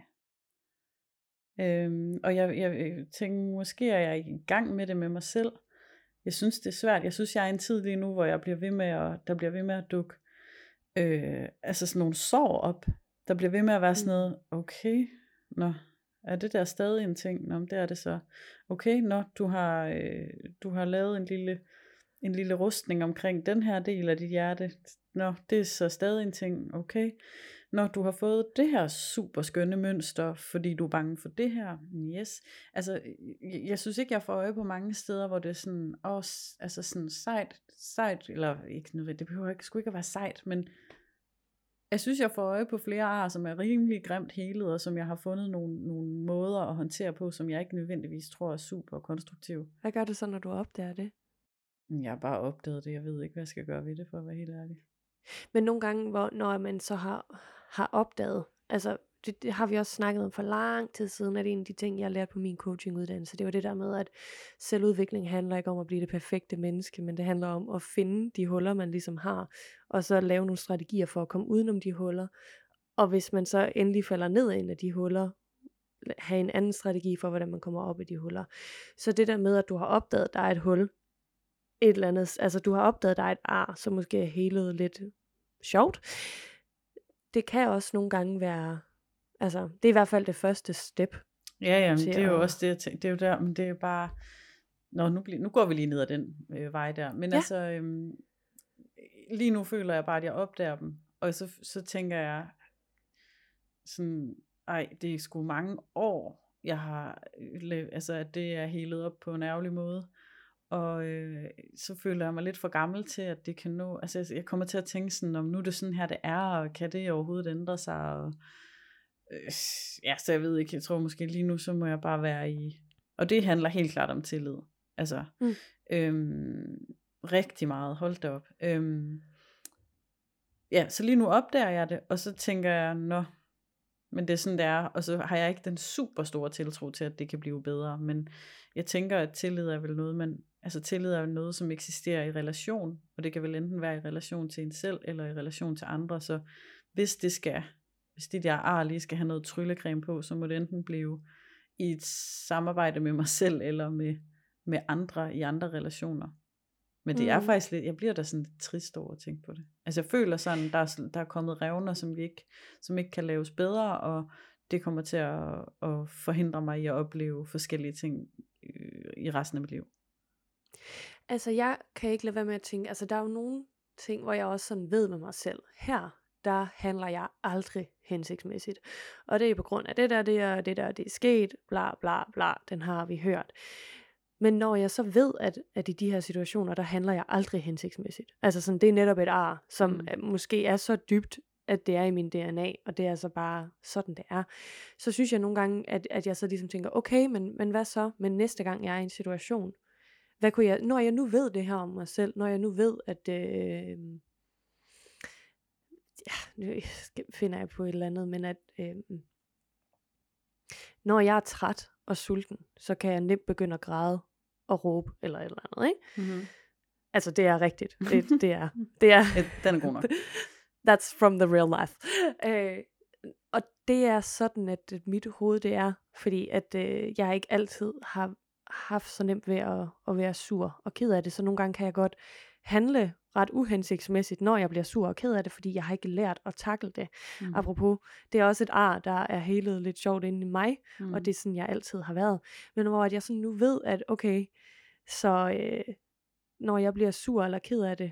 Og jeg tænker, måske er jeg i gang med det med mig selv. Jeg synes, det er svært. Jeg synes, jeg er i en tid lige nu, hvor der bliver ved med at dukke altså sådan nogle sår op. Der bliver ved med at være sådan noget, okay, er det der stadig en ting? Nå, det er det så. Okay, du har lavet en lille rustning omkring den her del af dit hjerte. Det er så stadig en ting. Okay. Du har fået det her super skønne mønster, fordi du er bange for det her. Yes. Altså, jeg synes ikke, jeg får øje på mange steder, hvor det er sådan, altså sådan sejt, eller ikke nødvendigt, det behøver sgu ikke at være sejt, men jeg synes, jeg får øje på flere ar, som er rimelig grimt helet, og som jeg har fundet nogle måder at håndtere på, som jeg ikke nødvendigvis tror er super konstruktive. Hvad gør du så, når du opdager det? Jeg har bare opdaget det. Jeg ved ikke, hvad jeg skal gøre ved det, for at være helt ærlig. Men nogle gange, når man så har opdaget, altså det har vi også snakket om for lang tid siden, at en af de ting, jeg har lært på min coachinguddannelse, det var det der med, at selvudvikling handler ikke om at blive det perfekte menneske, men det handler om at finde de huller, man ligesom har, og så lave nogle strategier for at komme udenom de huller. Og hvis man så endelig falder ned i en af de huller, have en anden strategi for, hvordan man kommer op i de huller. Så det der med, at du har opdaget, at der er et hul, et eller andet, altså du har opdaget, at der er et ar, som måske er helet lidt sjovt. Det kan også nogle gange være, altså det er i hvert fald det første step. Ja, men det er jo også det, jeg tænker. Det er jo der, men det er jo bare, nu går vi lige ned ad den vej der. Men Ja. altså, lige nu føler jeg bare, at jeg opdager dem. Og så tænker jeg sådan, det er sgu mange år, jeg har, altså at det er helet op på en ærgerlig måde. Og så føler jeg mig lidt for gammel til, at det kan nå, altså jeg kommer til at tænke sådan, om nu er det sådan her det er, og kan det overhovedet ændre sig, og så jeg ved ikke, jeg tror måske lige nu, så må jeg bare være i, og det handler helt klart om tillid, altså rigtig meget, hold da op. Så lige nu opdager jeg det, og så tænker jeg, men det er sådan det er, og så har jeg ikke den super store tiltro til, at det kan blive bedre, men jeg tænker, at tillid er vel noget, tillid er jo noget, som eksisterer i relation, og det kan vel enten være i relation til en selv, eller i relation til andre, så hvis de der ar lige skal have noget tryllecreme på, så må det enten blive i et samarbejde med mig selv, eller med andre i andre relationer. Men det er faktisk lidt, jeg bliver da sådan lidt trist over at tænke på det. Altså jeg føler sådan, der er kommet revner, som ikke kan laves bedre, og det kommer til at forhindre mig i at opleve forskellige ting i resten af mit liv. Altså jeg kan ikke lade være med at tænke, altså der er jo nogle ting, hvor jeg også sådan ved med mig selv, her, der handler jeg aldrig hensigtsmæssigt. Og det er på grund af det der, det er sket, bla bla bla, den har vi hørt. Men når jeg så ved, at i de her situationer, der handler jeg aldrig hensigtsmæssigt. Altså sådan, det er netop et ar, som måske er så dybt, at det er i min DNA, og det er så bare sådan det er. Så synes jeg nogle gange, at jeg så ligesom tænker, okay, men hvad så? Men næste gang jeg er i en situation, hvad kunne jeg, når jeg nu ved det her om mig selv, når jeg nu ved, at nu finder jeg på et eller andet, men at når jeg er træt og sulten, så kan jeg nemt begynde at græde og råbe eller et eller andet, ikke? Mm-hmm. Altså det er rigtigt. Det er. Den er god nok. That's from the real life. Og det er sådan, at mit hoved det er, fordi at jeg ikke altid har haft så nemt ved at være sur og ked af det, så nogle gange kan jeg godt handle ret uhensigtsmæssigt, når jeg bliver sur og ked af det, fordi jeg har ikke lært at tackle det. Mm. Apropos, det er også et ar, der er helet lidt sjovt inde i mig, og det er sådan, jeg altid har været. Men hvor jeg sådan nu ved, at okay, så når jeg bliver sur eller ked af det,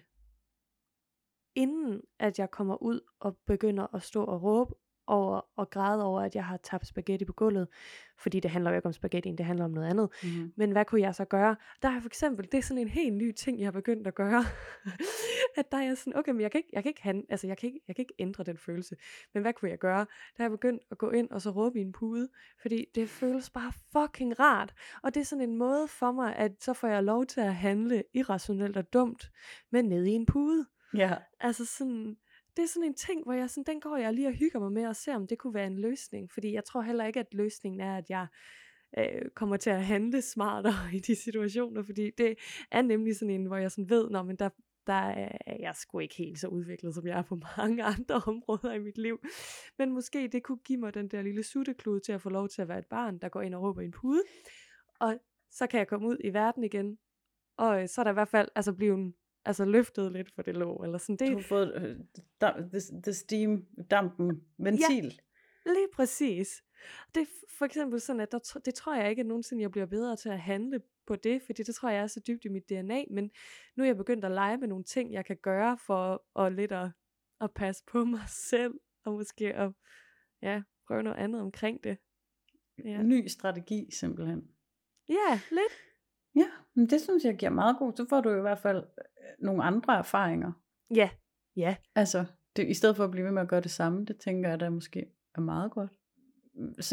inden at jeg kommer ud og begynder at stå og råbe over og græde over, at jeg har tabt spaghetti på gulvet, fordi det handler jo ikke om spaghettien, det handler om noget andet. Mm-hmm. Men hvad kunne jeg så gøre? Der er for eksempel, det er sådan en helt ny ting, jeg har begyndt at gøre, at der er jeg sådan, okay, men jeg kan ikke ændre den følelse, men hvad kunne jeg gøre? Der har jeg begyndt at gå ind og så råbe i en pude, fordi det føles bare fucking rart, og det er sådan en måde for mig, at så får jeg lov til at handle irrationelt og dumt, men nede i en pude. Ja. Altså sådan, det er sådan en ting, hvor jeg sådan, den går jeg lige og hygger mig med og ser, om det kunne være en løsning. Fordi jeg tror heller ikke, at løsningen er, at jeg kommer til at handle smartere i de situationer. Fordi det er nemlig sådan en, hvor jeg sådan ved, men der er jeg sgu ikke helt så udviklet, som jeg er på mange andre områder i mit liv. Men måske det kunne give mig den der lille sutteklud til at få lov til at være et barn, der går ind og råber i en pude. Og så kan jeg komme ud i verden igen. Og så er der i hvert fald blive løftet lidt for det låg, eller sådan. Du har fået the steam, dampen, ventil. Ja, lige præcis. Det er for eksempel sådan, at det tror jeg ikke, at nogensinde jeg bliver bedre til at handle på det, fordi det tror jeg er så dybt i mit DNA, men nu er jeg begyndt at lege med nogle ting, jeg kan gøre for at lidt at passe på mig selv, og måske at prøve noget andet omkring det. Ja. Ny strategi, simpelthen. Ja, lidt. Ja, men det synes jeg giver meget godt. Så får du i hvert fald nogle andre erfaringer. Ja. Altså, i stedet for at blive ved med at gøre det samme, det tænker jeg, der måske er meget godt.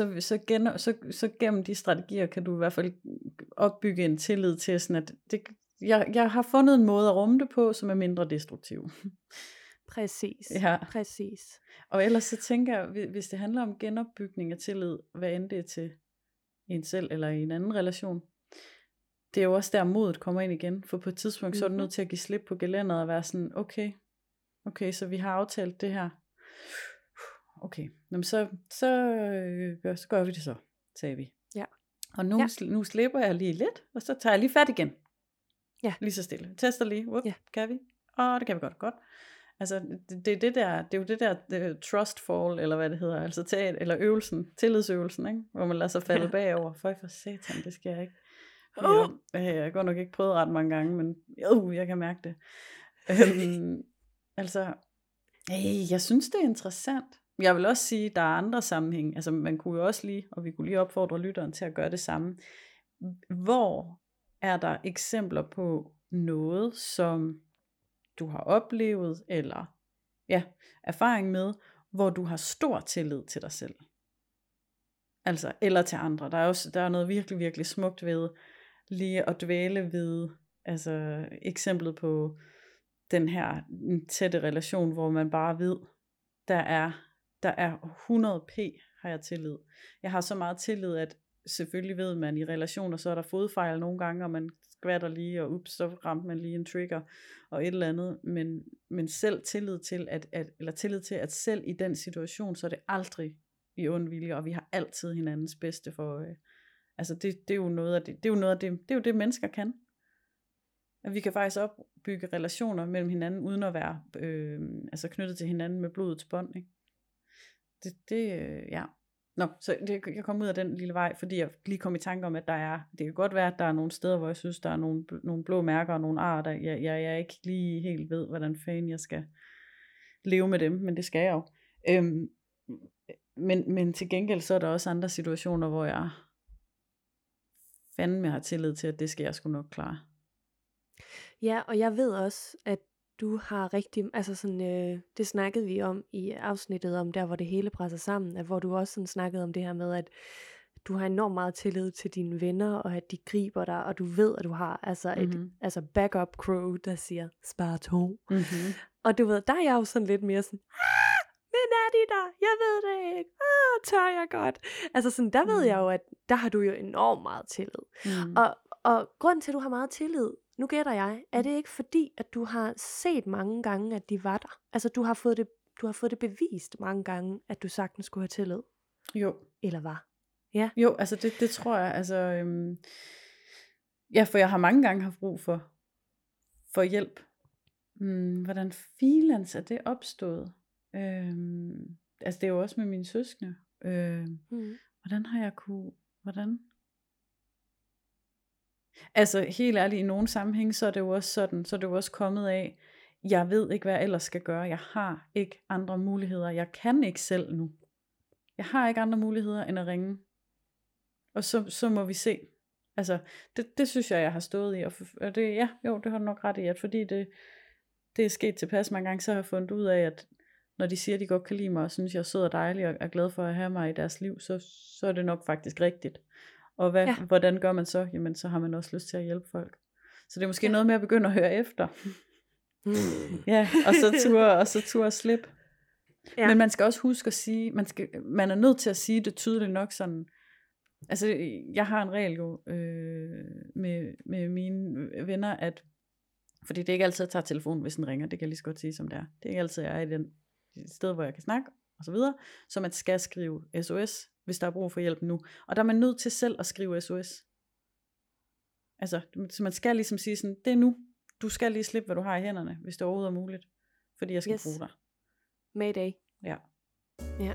Så gennem de strategier kan du i hvert fald opbygge en tillid til, sådan at jeg har fundet en måde at rumme det på, som er mindre destruktiv. Præcis. Ja. Præcis. Og ellers så tænker jeg, hvis det handler om genopbygning af tillid, hvad end det er til en selv eller i en anden relation, det er jo også der modet kommer ind igen, for på et tidspunkt så er du nødt til at give slip på gelænderet og være sådan, okay, så vi har aftalt det her. Okay, jamen så gør vi det så, sagde vi. Ja. Og nu slipper jeg lige lidt, og så tager jeg lige fat igen. Ja. Lige så stille. Tester lige, kan vi? Det kan vi godt. Altså, det er jo det der trust fall, eller hvad det hedder, altså eller tillidsøvelsen, ikke? Hvor man lader sig falde bagover. For satan, det skal jeg ikke. Jeg har godt nok ikke prøvet ret mange gange, men jeg kan mærke det. Jeg synes det er interessant. Jeg vil også sige, der er andre sammenhæng. Altså man kunne jo også vi kunne lige opfordre lytteren til at gøre det samme. Hvor er der eksempler på noget, som du har oplevet, eller erfaring med, hvor du har stor tillid til dig selv? Altså, eller til andre. Der er noget virkelig, virkelig smukt ved lige at dvæle ved, altså eksemplet på den her tætte relation, hvor man bare ved, der er 100p har jeg tillid. Jeg har så meget tillid, at selvfølgelig ved man i relationer, så er der fodfejl nogle gange, og man skvatter lige, og så ramte man lige en trigger, og et eller andet, men selv tillid til, at selv i den situation, så er det aldrig i ond vilje, og vi har altid hinandens bedste for altså det er jo noget af det, det er jo det mennesker kan. At vi kan faktisk opbygge relationer mellem hinanden, uden at være knyttet til hinanden med blodets bånd, ikke? Jeg kom ud af den lille vej, fordi jeg lige kom i tanke om, at det kan godt være, at der er nogle steder, hvor jeg synes, der er nogle blå mærker og nogle arter, jeg ikke lige helt ved, hvordan fanden jeg skal leve med dem, men det skal jeg jo. Men til gengæld, så er der også andre situationer, hvor jeg fandme har tillid til, at det skal jeg sgu nok klare. Ja, og jeg ved også, at du har rigtig, altså sådan, det snakkede vi om i afsnittet om der, hvor det hele presser sammen, at hvor du også sådan snakkede om det her med, at du har enormt meget tillid til dine venner, og at de griber dig, og du ved, at du har et backup crew, der siger, spar 2. Mm-hmm. Og du ved, der er jeg jo sådan lidt mere sådan, men er de der? Jeg ved det ikke. Tør jeg godt? Altså sådan, der ved jeg jo, at der har du jo enormt meget tillid. Mm. Og grunden til, at du har meget tillid, nu gætter jeg, er det ikke fordi, at du har set mange gange, at de var der? Altså du har fået det bevist mange gange, at du sagtens skulle have tillid? Jo. Eller hvad? Ja. Jo, altså det tror jeg, altså for jeg har mange gange haft brug for hjælp. Hvordan filans er det opstået? Altså det er jo også med mine søskende. Hvordan har jeg hvordan? Altså helt ærligt, i nogle sammenhæng, så er det jo også sådan, så er det jo også kommet af, jeg ved ikke, hvad jeg ellers skal gøre. Jeg har ikke andre muligheder. Jeg kan ikke selv nu. Jeg har ikke andre muligheder, end at ringe. Og så må vi se. Altså, det synes jeg har stået i. Og det, det har du nok ret i, at fordi det er sket tilpas mange gange, så har jeg fundet ud af, at når de siger, at de godt kan lide mig, og synes, jeg er sød og dejlig, og er glad for at have mig i deres liv, så er det nok faktisk rigtigt. Og hvordan gør man så? Jamen, så har man også lyst til at hjælpe folk. Så det er måske noget med at begynde at høre efter. Ja, og så turde slippe. Ja. Men man skal også huske at sige, man er nødt til at sige det tydeligt nok sådan. Altså, jeg har en regel jo med mine venner, at fordi det er ikke altid, at jeg tager telefonen, hvis den ringer. Det kan jeg lige så godt sige, som det er. Det er ikke altid, jeg er i den sted, hvor jeg kan snakke, og så videre. Så man skal skrive SOS, hvis der er brug for hjælp nu. Og der er man nødt til selv at skrive SOS. Altså, så man skal ligesom sige sådan, det er nu. Du skal lige slippe, hvad du har i hænderne, hvis det overhovedet er muligt. Fordi jeg skal bruge dig. Mayday. Ja. Ja.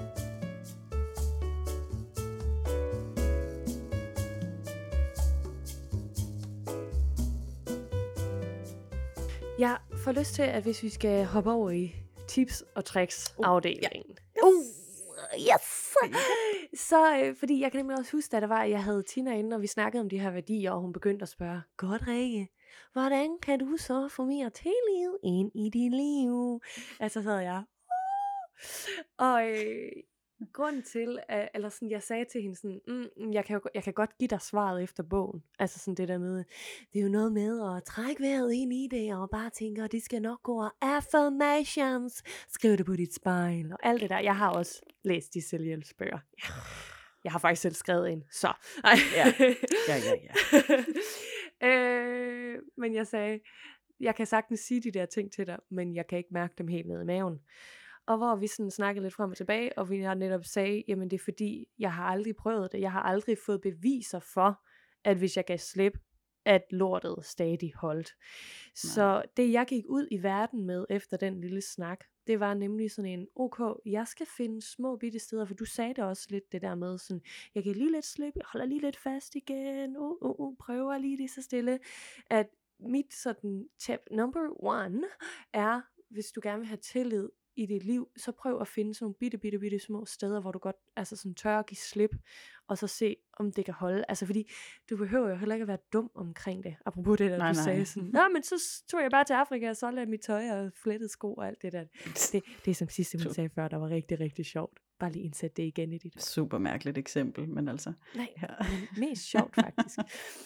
Jeg får lyst til, at hvis vi skal hoppe over i tips og tricks afdelingen. Yes! Så, fordi jeg kan nemlig også huske, da der var, at jeg havde Tina inde, og vi snakkede om de her værdier, og hun begyndte at spørge, godt Rikke, hvordan kan du så få mere tillid ind i dit liv? Altså så havde jeg, og Grund til, eller sådan, jeg sagde til hende sådan, jeg kan godt give dig svaret efter bogen. Altså sådan det der med, det er jo noget med at trække vejret ind i det, og bare tænke, at det skal nok gå, og affirmations, skriv det på dit spejl, og alt det der. Jeg har også læst de selvhjælpsbøger. Jeg har faktisk selv skrevet en, så. Ja. Men jeg sagde, jeg kan sagtens sige de der ting til dig, men jeg kan ikke mærke dem helt ned i maven. Og hvor vi sådan snakkede lidt frem og tilbage, og vi har netop sagde, jamen det er fordi, jeg har aldrig prøvet det. Jeg har aldrig fået beviser for, at hvis jeg gav slip, at lortet stadig holdt. Nej. Så det jeg gik ud i verden med efter den lille snak, det var nemlig sådan en, okay, jeg skal finde små bitte steder, for du sagde det også lidt det der med sådan, jeg kan lige lidt slip, jeg holder lige lidt fast igen, prøver lige det så stille, at mit sådan tip number 1 er, hvis du gerne vil have tillid i dit liv, så prøv at finde sådan nogle bitte små steder, hvor du godt altså sådan tør at give slip, og så se, om det kan holde. Altså fordi, du behøver jo heller ikke at være dum omkring det. Apropos det der, du sagde sådan, nå, men så tog jeg bare til Afrika, og så lavede mit tøj og flettede sko og alt det der. Det er som sidste, hun sagde før, der var rigtig, rigtig sjovt. Bare lige indsæt det igen i dit. Super mærkeligt eksempel, men altså. Nej, men mest sjovt faktisk.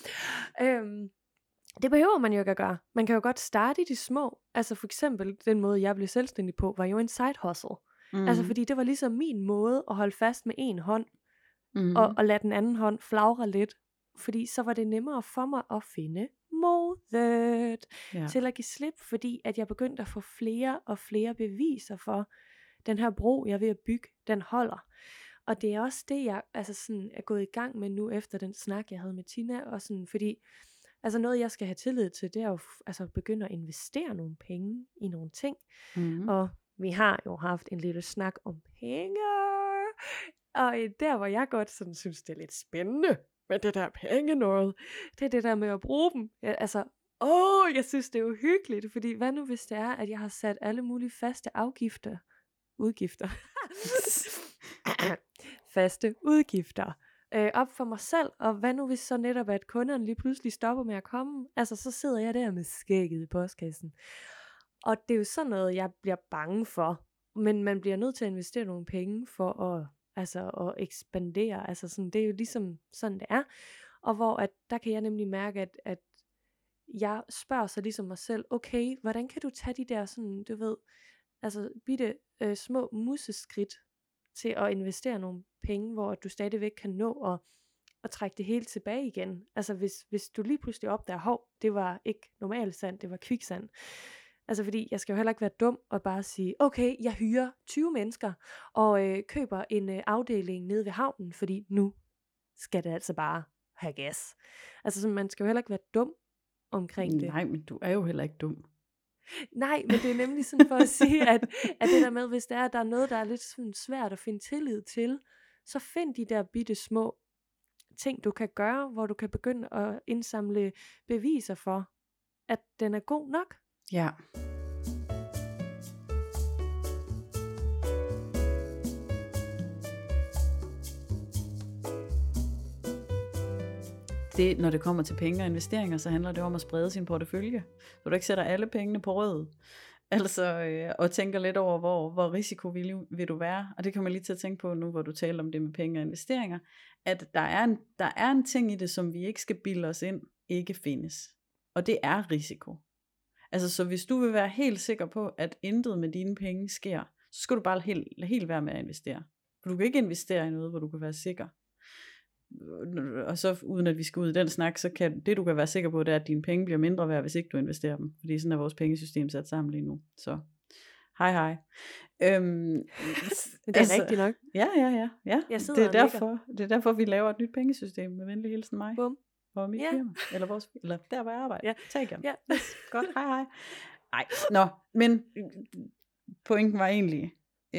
Det behøver man jo ikke at gøre. Man kan jo godt starte i de små. Altså for eksempel, den måde jeg blev selvstændig på, var jo en side hustle. Altså fordi det var ligesom min måde at holde fast med en hånd, og lade den anden hånd flagre lidt. Fordi så var det nemmere for mig at finde modet til at give slip, fordi at jeg begyndte at få flere og flere beviser for, den her bro, jeg er ved at bygge, den holder. Og det er også det, jeg altså sådan, er gået i gang med nu, efter den snak, jeg havde med Tina, og sådan, fordi altså noget, jeg skal have tillid til, det er jo altså begynde at investere nogle penge i nogle ting. Og vi har jo haft en lille snak om penge. Og der, hvor jeg godt sådan synes, det er lidt spændende med det der penge noget, det er det der med at bruge dem. Jeg synes, det er jo hyggeligt, fordi hvad nu, hvis det er, at jeg har sat alle mulige faste udgifter op for mig selv, og hvad nu hvis så netop, at kunderne lige pludselig stopper med at komme, altså så sidder jeg der med skægget i postkassen, og det er jo sådan noget, jeg bliver bange for, men man bliver nødt til at investere nogle penge for at ekspandere, altså sådan, det er jo ligesom sådan det er, og hvor at der kan jeg nemlig mærke, at jeg spørger så ligesom mig selv, okay, hvordan kan du tage de der sådan, du ved, altså bitte små museskridt til at investere nogle penge, hvor du stadigvæk kan nå at trække det hele tilbage igen. Altså hvis du lige pludselig opdager, det var ikke normalt sand, det var kviksand. Altså fordi jeg skal jo heller ikke være dum og bare sige, okay, jeg hyrer 20 mennesker og køber en afdeling nede ved havnen, fordi nu skal det altså bare have gas. Altså så man skal jo heller ikke være dum omkring det. Nej, men du er jo heller ikke dum. Nej, men det er nemlig sådan for at sige, at det der med, hvis der er noget, der er lidt sådan svært at finde tillid til, så find de der bitte små ting, du kan gøre, hvor du kan begynde at indsamle beviser for, at den er god nok. Ja. Når det kommer til penge og investeringer, så handler det om at sprede sin portefølje. Så du ikke sætter alle pengene på rød. Altså, og tænker lidt over, hvor risikovillig vil du være. Og det kommer lige til at tænke på nu, hvor du taler om det med penge og investeringer, at der er en ting i det, som vi ikke skal bilde os ind, ikke findes. Og det er risiko. Altså, så hvis du vil være helt sikker på, at intet med dine penge sker, så skal du bare helt være med at investere. For du kan ikke investere i noget, hvor du kan være sikker. Og så uden at vi skal ud i den snak, så kan det du kan være sikker på, det er, at dine penge bliver mindre værd, hvis ikke du investerer dem, fordi sådan er vores pengesystem sat sammen lige nu. Så hej. Det er rigtigt nok. Ja. Det er derfor vi laver et nyt pengesystem med venlig hilsen mig. Bum. Og mit firma, eller der hvor jeg arbejder. Ja. Tag igen. Ja. Godt, hej. Nej, men pointen var egentlig,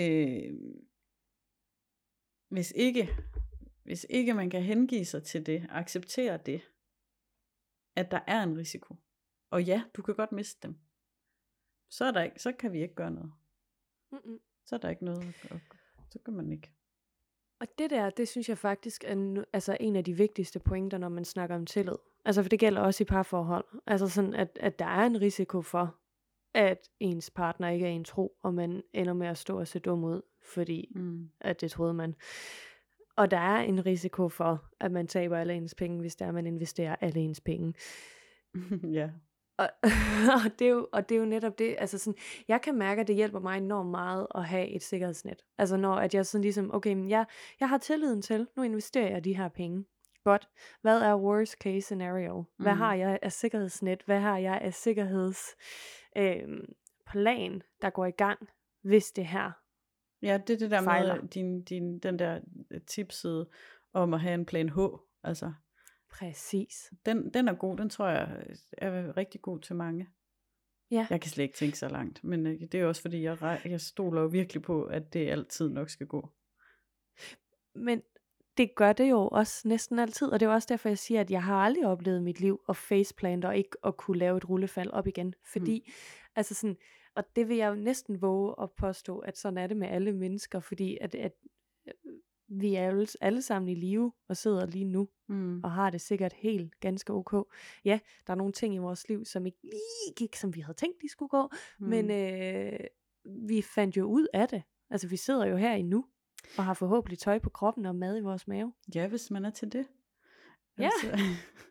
hvis ikke man kan hengive sig til det, acceptere det, at der er en risiko, og ja, du kan godt miste dem, så kan vi ikke gøre noget. Så er der ikke noget, så kan man ikke. Og det synes jeg faktisk er en af de vigtigste pointer, når man snakker om tillid. Altså for det gælder også i parforhold. Altså sådan, at der er en risiko for, at ens partner ikke er en tro, og man ender med at stå og se dum ud, fordi at det troede man. Og der er en risiko for, at man taber alle ens penge, hvis der man investerer alle ens penge. Ja. Og det er jo netop det, altså sådan, jeg kan mærke, at det hjælper mig enormt meget at have et sikkerhedsnet. Altså når at jeg sådan ligesom, okay, men jeg har tilliden til, nu investerer jeg de her penge. Godt. Hvad er worst case scenario? Hvad har jeg af sikkerhedsnet? Hvad har jeg af sikkerhedsplan, der går i gang, hvis det her Ja, det er det der fejler. med den der tipsede om at have en plan H. Altså, Præcis. den er god, den tror jeg er rigtig god til mange. Ja. Jeg kan slet ikke tænke så langt, men det er også fordi, jeg stoler jo virkelig på, at det altid nok skal gå. Men det gør det jo også næsten altid, og det er også derfor, jeg siger, at jeg har aldrig oplevet mit liv at faceplante og ikke at kunne lave et rullefald op igen. Fordi, altså sådan, og det vil jeg jo næsten våge at påstå, at sådan er det med alle mennesker, fordi at vi er alle sammen i live og sidder lige nu, og har det sikkert helt ganske ok. Ja, der er nogle ting i vores liv, som ikke lige gik, som vi havde tænkt, de skulle gå, men vi fandt jo ud af det. Altså, vi sidder jo her endnu, og har forhåbentlig tøj på kroppen og mad i vores mave. Ja, hvis man er til det. Ja. Altså,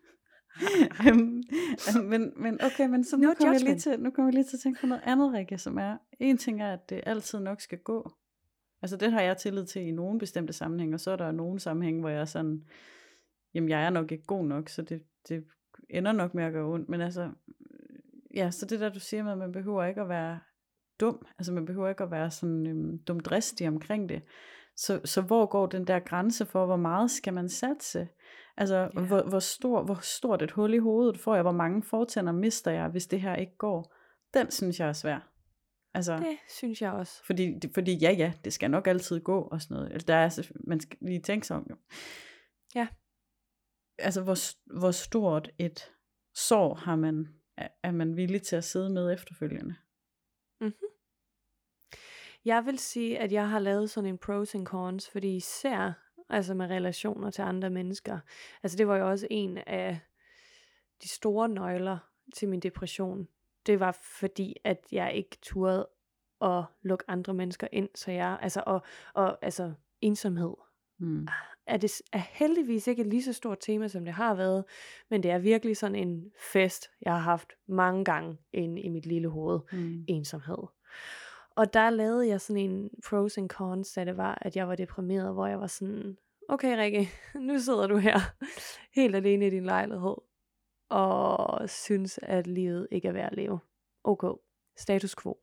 men okay, men så nu kommer jeg lige til at tænke på noget andet, Rikke, som er, en ting er, at det altid nok skal gå. Altså det har jeg tillid til i nogle bestemte sammenhænge, og så er der nogle sammenhænge, hvor jeg er sådan, jamen jeg er nok ikke god nok, så det ender nok med at gøre ondt, men altså, ja, så det der du siger med, at man behøver ikke at være dum, altså man behøver ikke at være sådan dumdristig omkring det, så hvor går den der grænse for, hvor meget skal man satse? Altså hvor stort et hul i hovedet får jeg, hvor mange fortænder mister jeg, hvis det her ikke går? Den synes jeg er svær. Altså, det synes jeg også. Fordi ja, det skal nok altid gå og sådan noget. Der er, man skal lige tænke sig om jo. Ja. Altså hvor stort et sår er man villig til at sidde med efterfølgende? Jeg vil sige, at jeg har lavet sådan en pros and cons, fordi især altså med relationer til andre mennesker. Altså det var jo også en af de store nøgler til min depression. Det var fordi, at jeg ikke turde at lukke andre mennesker ind, så jeg, altså ensomhed. Er heldigvis ikke et lige så stort tema, som det har været, men det er virkelig sådan en fest, jeg har haft mange gange inde i mit lille hoved. Ensomhed. Og der lavede jeg sådan en pros and cons, da det var, at jeg var deprimeret, hvor jeg var sådan, okay Rikke, nu sidder du her, helt alene i din lejlighed, og synes, at livet ikke er værd at leve. Okay, status quo.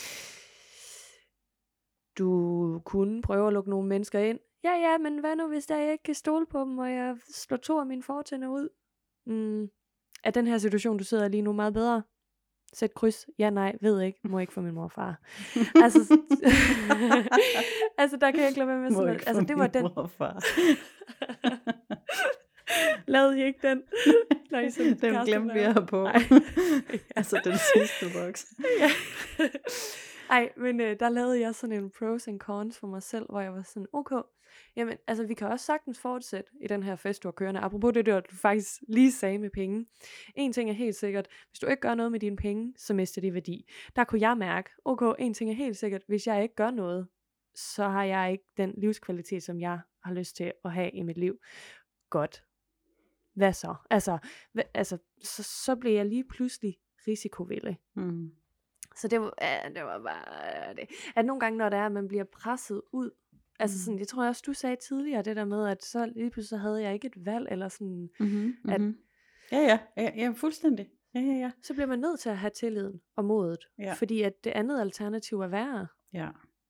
Du kunne prøve at lukke nogle mennesker ind. Ja, men hvad nu, hvis jeg ikke kan stole på dem, og jeg slår 2 af mine fortænder ud? Er den her situation, du sidder lige nu, meget bedre? Sæt kryds. Ja, nej, ved ikke. Må ikke få min mor og far. Altså, der kan jeg ikke lade være med sådan noget. Altså, det var den. Lavede I ikke den? Den glemte vi her på. Altså, den sidste boks. Ja. Ej, men der lavede jeg sådan en pros and cons for mig selv, hvor jeg var sådan, okay, jamen, altså vi kan også sagtens fortsætte i den her fest, du har kørende. Apropos det, du faktisk lige sagde med penge. En ting er helt sikkert, hvis du ikke gør noget med dine penge, så mister de værdi. Der kunne jeg mærke, okay, en ting er helt sikkert, hvis jeg ikke gør noget, så har jeg ikke den livskvalitet, som jeg har lyst til at have i mit liv. Godt. Hvad så? Altså så blev jeg lige pludselig risikovillig. Så det var bare det. At nogle gange, når det er, at man bliver presset ud, altså sådan, det tror jeg også, du sagde tidligere, det der med, at så lige pludselig havde jeg ikke et valg, eller sådan, at... Ja, fuldstændig. Ja. Så bliver man nødt til at have tilliden og modet, fordi at det andet alternativ er værre. Ja.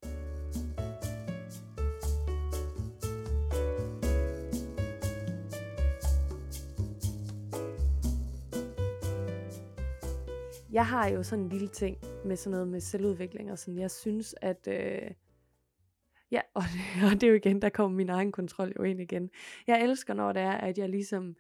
Jeg har jo sådan en lille ting med sådan noget med selvudvikling og sådan. Jeg synes, at... ja, og det er jo igen, der kommer min egen kontrol jo ind igen. Jeg elsker, når det er, at jeg ligesom...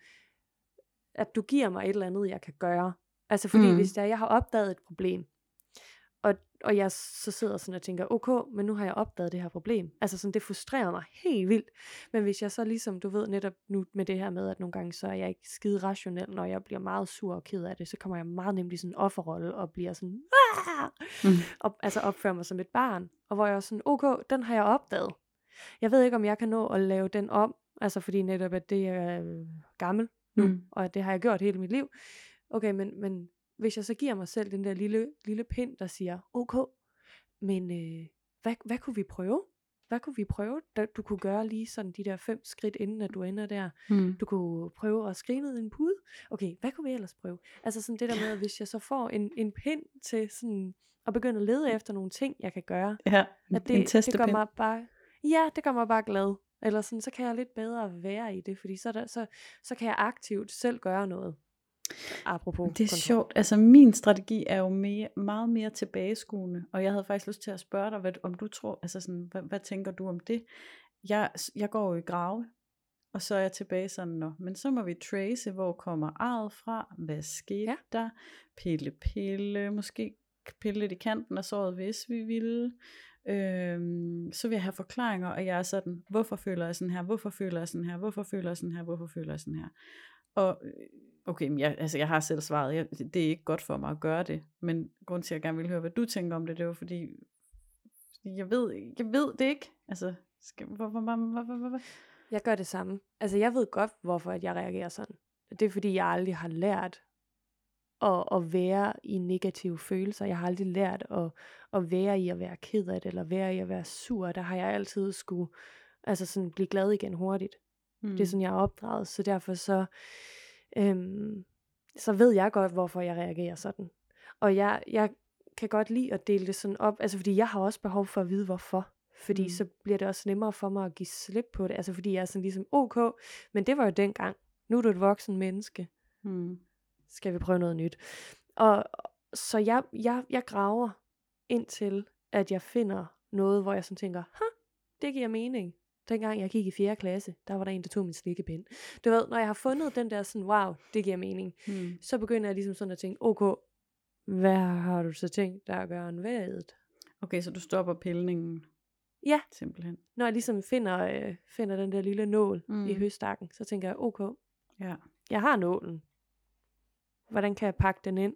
At du giver mig et eller andet, jeg kan gøre. Altså fordi hvis jeg har opdaget et problem, Og jeg så sidder sådan og tænker, okay, men nu har jeg opdaget det her problem. Altså sådan, det frustrerer mig helt vildt. Men hvis jeg så ligesom, du ved netop nu med det her med, at nogle gange så er jeg ikke skide rationel, når jeg bliver meget sur og ked af det, så kommer jeg meget nemt i sådan en offerrolle og bliver sådan, og altså opfører mig som et barn. Og hvor jeg er sådan, okay, den har jeg opdaget. Jeg ved ikke, om jeg kan nå at lave den om, altså fordi netop, at det er gammel nu, og at det har jeg gjort hele mit liv. Okay, men hvis jeg så giver mig selv den der lille pind, der siger, okay, men hvad kunne vi prøve? Hvad kunne vi prøve? Du kunne gøre lige sådan de der 5 skridt, inden at du ender der. Du kunne prøve at skrive ned i en pude. Okay, hvad kunne vi ellers prøve? Altså sådan det der med, at hvis jeg så får en pind til sådan at begynde at lede efter nogle ting, jeg kan gøre. Ja, at det gør mig bare, ja, det gør mig bare glad. Eller sådan, så kan jeg lidt bedre være i det, fordi så kan jeg aktivt selv gøre noget. Apropos det er kontrol. Sjovt, altså min strategi er jo meget mere tilbageskuende, og jeg havde faktisk lyst til at spørge dig, om du tror, altså sådan, hvad tænker du om det? Jeg går jo i grave, og så er jeg tilbage sådan, men så må vi trace, hvor kommer arret fra, hvad skete der, pille, måske pille lidt i kanten af såret, hvis vi ville, så vil jeg have forklaringer, og jeg er sådan, hvorfor føler jeg sådan her, hvorfor føler jeg sådan her, hvorfor føler jeg sådan her, hvorfor føler jeg sådan her, og okay, men jeg har selv svaret, det er ikke godt for mig at gøre det, men grunden til at jeg gerne vil høre, hvad du tænker om det, det var fordi jeg ved det ikke, altså, hvorfor? Jeg gør det samme, altså jeg ved godt, hvorfor at jeg reagerer sådan, det er fordi jeg aldrig har lært at være i negative følelser, jeg har aldrig lært at være i at være ked af det, eller være i at være sur, der har jeg altid skulle, altså sådan blive glad igen hurtigt, det er sådan jeg er opdraget, så derfor så ved jeg godt, hvorfor jeg reagerer sådan. Og jeg kan godt lide at dele det sådan op, altså fordi jeg har også behov for at vide hvorfor. Fordi så bliver det også nemmere for mig at give slip på det. Altså fordi jeg er sådan ligesom, okay, men det var jo dengang. Nu er du et voksen menneske. Skal vi prøve noget nyt? Og så jeg graver indtil, at jeg finder noget, hvor jeg sådan tænker, det giver mening. Dengang jeg gik i 4. klasse, der var der en, der tog min slikkepinde. Du ved, når jeg har fundet den der sådan, wow, det giver mening, så begynder jeg ligesom sådan at tænke, okay, hvad har du så tænkt der at gøre en ved? Okay, så du stopper pillningen? Ja, simpelthen. Når jeg ligesom finder den der lille nål i høstakken, så tænker jeg, okay, jeg har nålen. Hvordan kan jeg pakke den ind?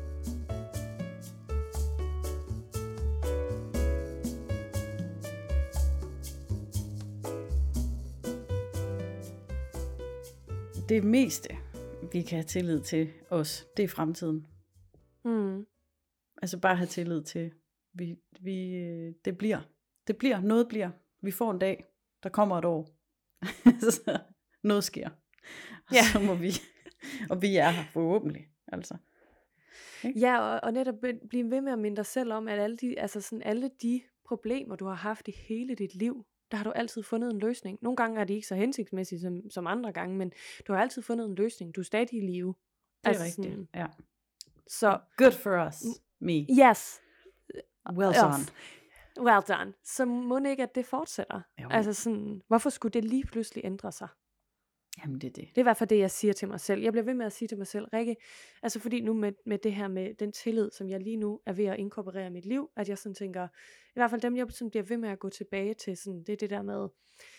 Det meste, vi kan have tillid til os, det er fremtiden. Altså bare have tillid til, det bliver, noget bliver. Vi får en dag, der kommer et år. Noget sker. Og så må vi, og vi er her forhåbentlig. Altså. Okay? Ja, og netop blive ved med at minde dig selv om, at alle de problemer, du har haft i hele dit liv, der har du altid fundet en løsning. Nogle gange er det ikke så hensigtsmæssigt som andre gange, men du har altid fundet en løsning. Du er stadig i live. Det er rigtigt, sådan, ja. Så, good for us, me. Yes. Well done. Well done. Så må ikke, at det fortsætter. Jo. Altså sådan, hvorfor skulle det lige pludselig ændre sig? Jamen det er det. Det er i hvert fald det, jeg siger til mig selv. Jeg bliver ved med at sige til mig selv, Rikke, altså fordi nu med det her med den tillid, som jeg lige nu er ved at inkorporere i mit liv, at jeg sådan tænker, i hvert fald dem, jeg sådan bliver ved med at gå tilbage til, sådan, det er det der med,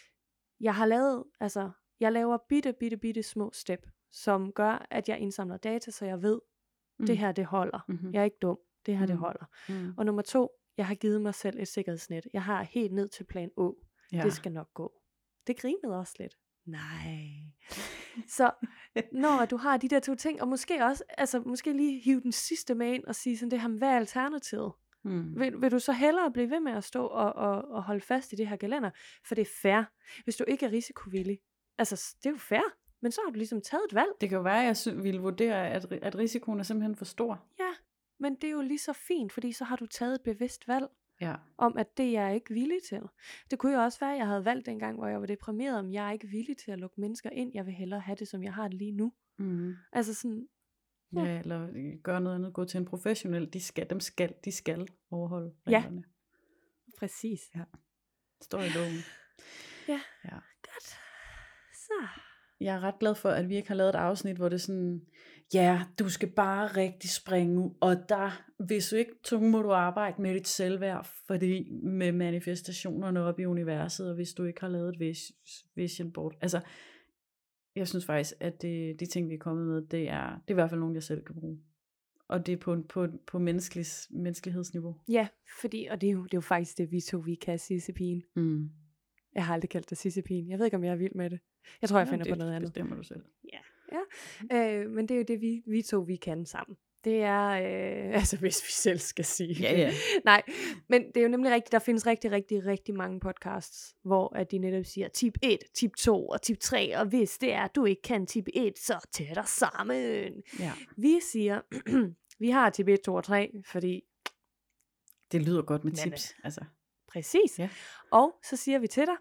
jeg laver bitte små step, som gør, at jeg indsamler data, så jeg ved, det her det holder. Jeg er ikke dum, det her det holder. Og nummer 2, jeg har givet mig selv et sikkerhedsnet. Jeg har helt ned til plan Å. Det skal nok gå. Det grinede også lidt. Nej. Så når du har de der 2 ting, og måske også, måske lige hive den sidste med ind og sige sådan, det her, hvad er alternativet? Vil du så hellere blive ved med at stå og holde fast i det her gelænder? For det er fair. Hvis du ikke er risikovillig, det er jo fair, men så har du ligesom taget et valg. Det kan jo være, at jeg ville vurdere, at risikoen er simpelthen for stor. Ja, men det er jo lige så fint, fordi så har du taget et bevidst valg. Om at det jeg er ikke villig til. Det kunne jo også være, at jeg havde valgt dengang, hvor jeg var deprimeret, om jeg er ikke villig til at lukke mennesker ind. Jeg vil hellere have det, som jeg har det lige nu. Altså sådan. Ja, eller gøre noget andet. Gå til en professionel. De skal overholde reglerne. Ja, præcis. Ja. Står i loven. Ja, godt. Så. Jeg er ret glad for, at vi ikke har lavet et afsnit, hvor det sådan, du skal bare rigtig springe ud, og hvis du ikke tunge, må du arbejde med dit selvværd, fordi med manifestationerne op i universet, og hvis du ikke har lavet et vision board. Altså, jeg synes faktisk, at de ting, vi er kommet med, det er i hvert fald nogle, jeg selv kan bruge. Og det er på menneskelighedsniveau. Ja, fordi, og det er jo faktisk det, vi kan, Sissepigen. Mm. Jeg har aldrig kaldt dig Sissepigen. Jeg ved ikke, om jeg er vild med det. Jeg tror, jeg finder på noget andet. Det bestemmer du selv. Ja. Men det er jo det, vi kan sammen. Det er, altså hvis vi selv skal sige det. Nej, men det er jo nemlig rigtigt, der findes rigtig, rigtig, rigtig mange podcasts, hvor at de netop siger tip 1, tip 2 og tip 3, og hvis det er, du ikke kan tip 1, så tag dig sammen. Ja. Vi siger, vi har tip 1, 2 og 3, fordi det lyder godt med tips. Altså. Præcis. Ja. Og så siger vi til dig,